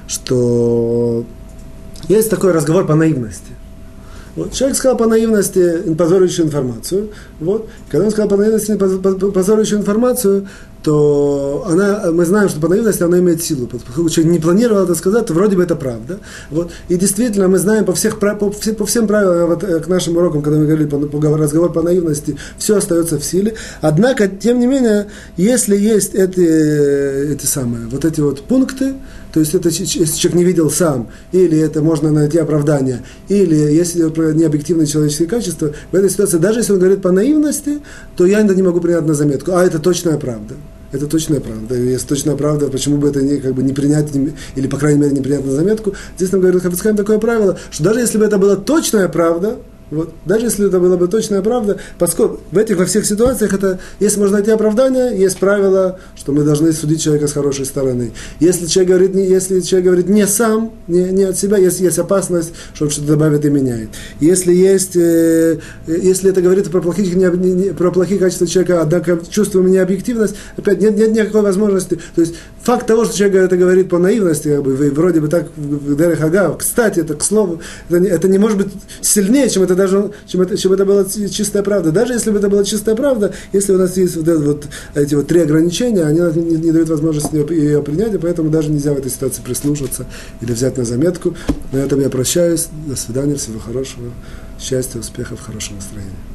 Speaker 1: что есть такой разговор по наивности. Вот. Человек сказал по наивности позорящую информацию. Вот. Когда он сказал по наивности позорящую информацию, то она, мы знаем, что по наивности она имеет силу. Поскольку человек не планировал это сказать, то вроде бы это правда. Вот. И действительно, мы знаем по, всех, по, по всем правилам, вот, к нашим урокам, когда мы говорили по, по разговор по наивности, все остается в силе. Однако, тем не менее, если есть эти, эти самые, вот эти вот пункты, то есть это если человек не видел сам, или это можно найти оправдание, или если про необъективные человеческие качества, в этой ситуации, даже если он говорит по наивности, то я это не могу принять на заметку. А это точная правда. Это точная правда. Если точная правда, почему бы это не, как бы, не принять, не, или, по крайней мере, не принять на заметку. Здесь нам говорит Хафец Хаим такое правило, что даже если бы это была точная правда, вот, даже если это была бы точная правда, поскольку в этих, во всех ситуациях, это, если можно найти оправдание, есть правило, что мы должны судить человека с хорошей стороны. Если человек говорит не, если человек говорит не сам, не, не от себя, есть, есть опасность, что он что-то добавит и меняет. Если, есть, э, если это говорит про плохие, не, не, про плохие качества человека, однако чувствуем необъективность, опять нет, нет никакой возможности. То есть факт того, что человек это говорит по наивности, как бы, вроде бы так, в Дерех Агав, кстати, это к слову, это не, это не может быть сильнее, чем это даже, чем это, чем это была чистая правда. Даже если бы это была чистая правда, если у нас есть вот, это, вот эти вот три ограничения, они не, не дают возможности ее, ее принять, и поэтому даже нельзя в этой ситуации прислушаться или взять на заметку. На этом я прощаюсь. До свидания, всего хорошего, счастья, успехов, хорошего настроения.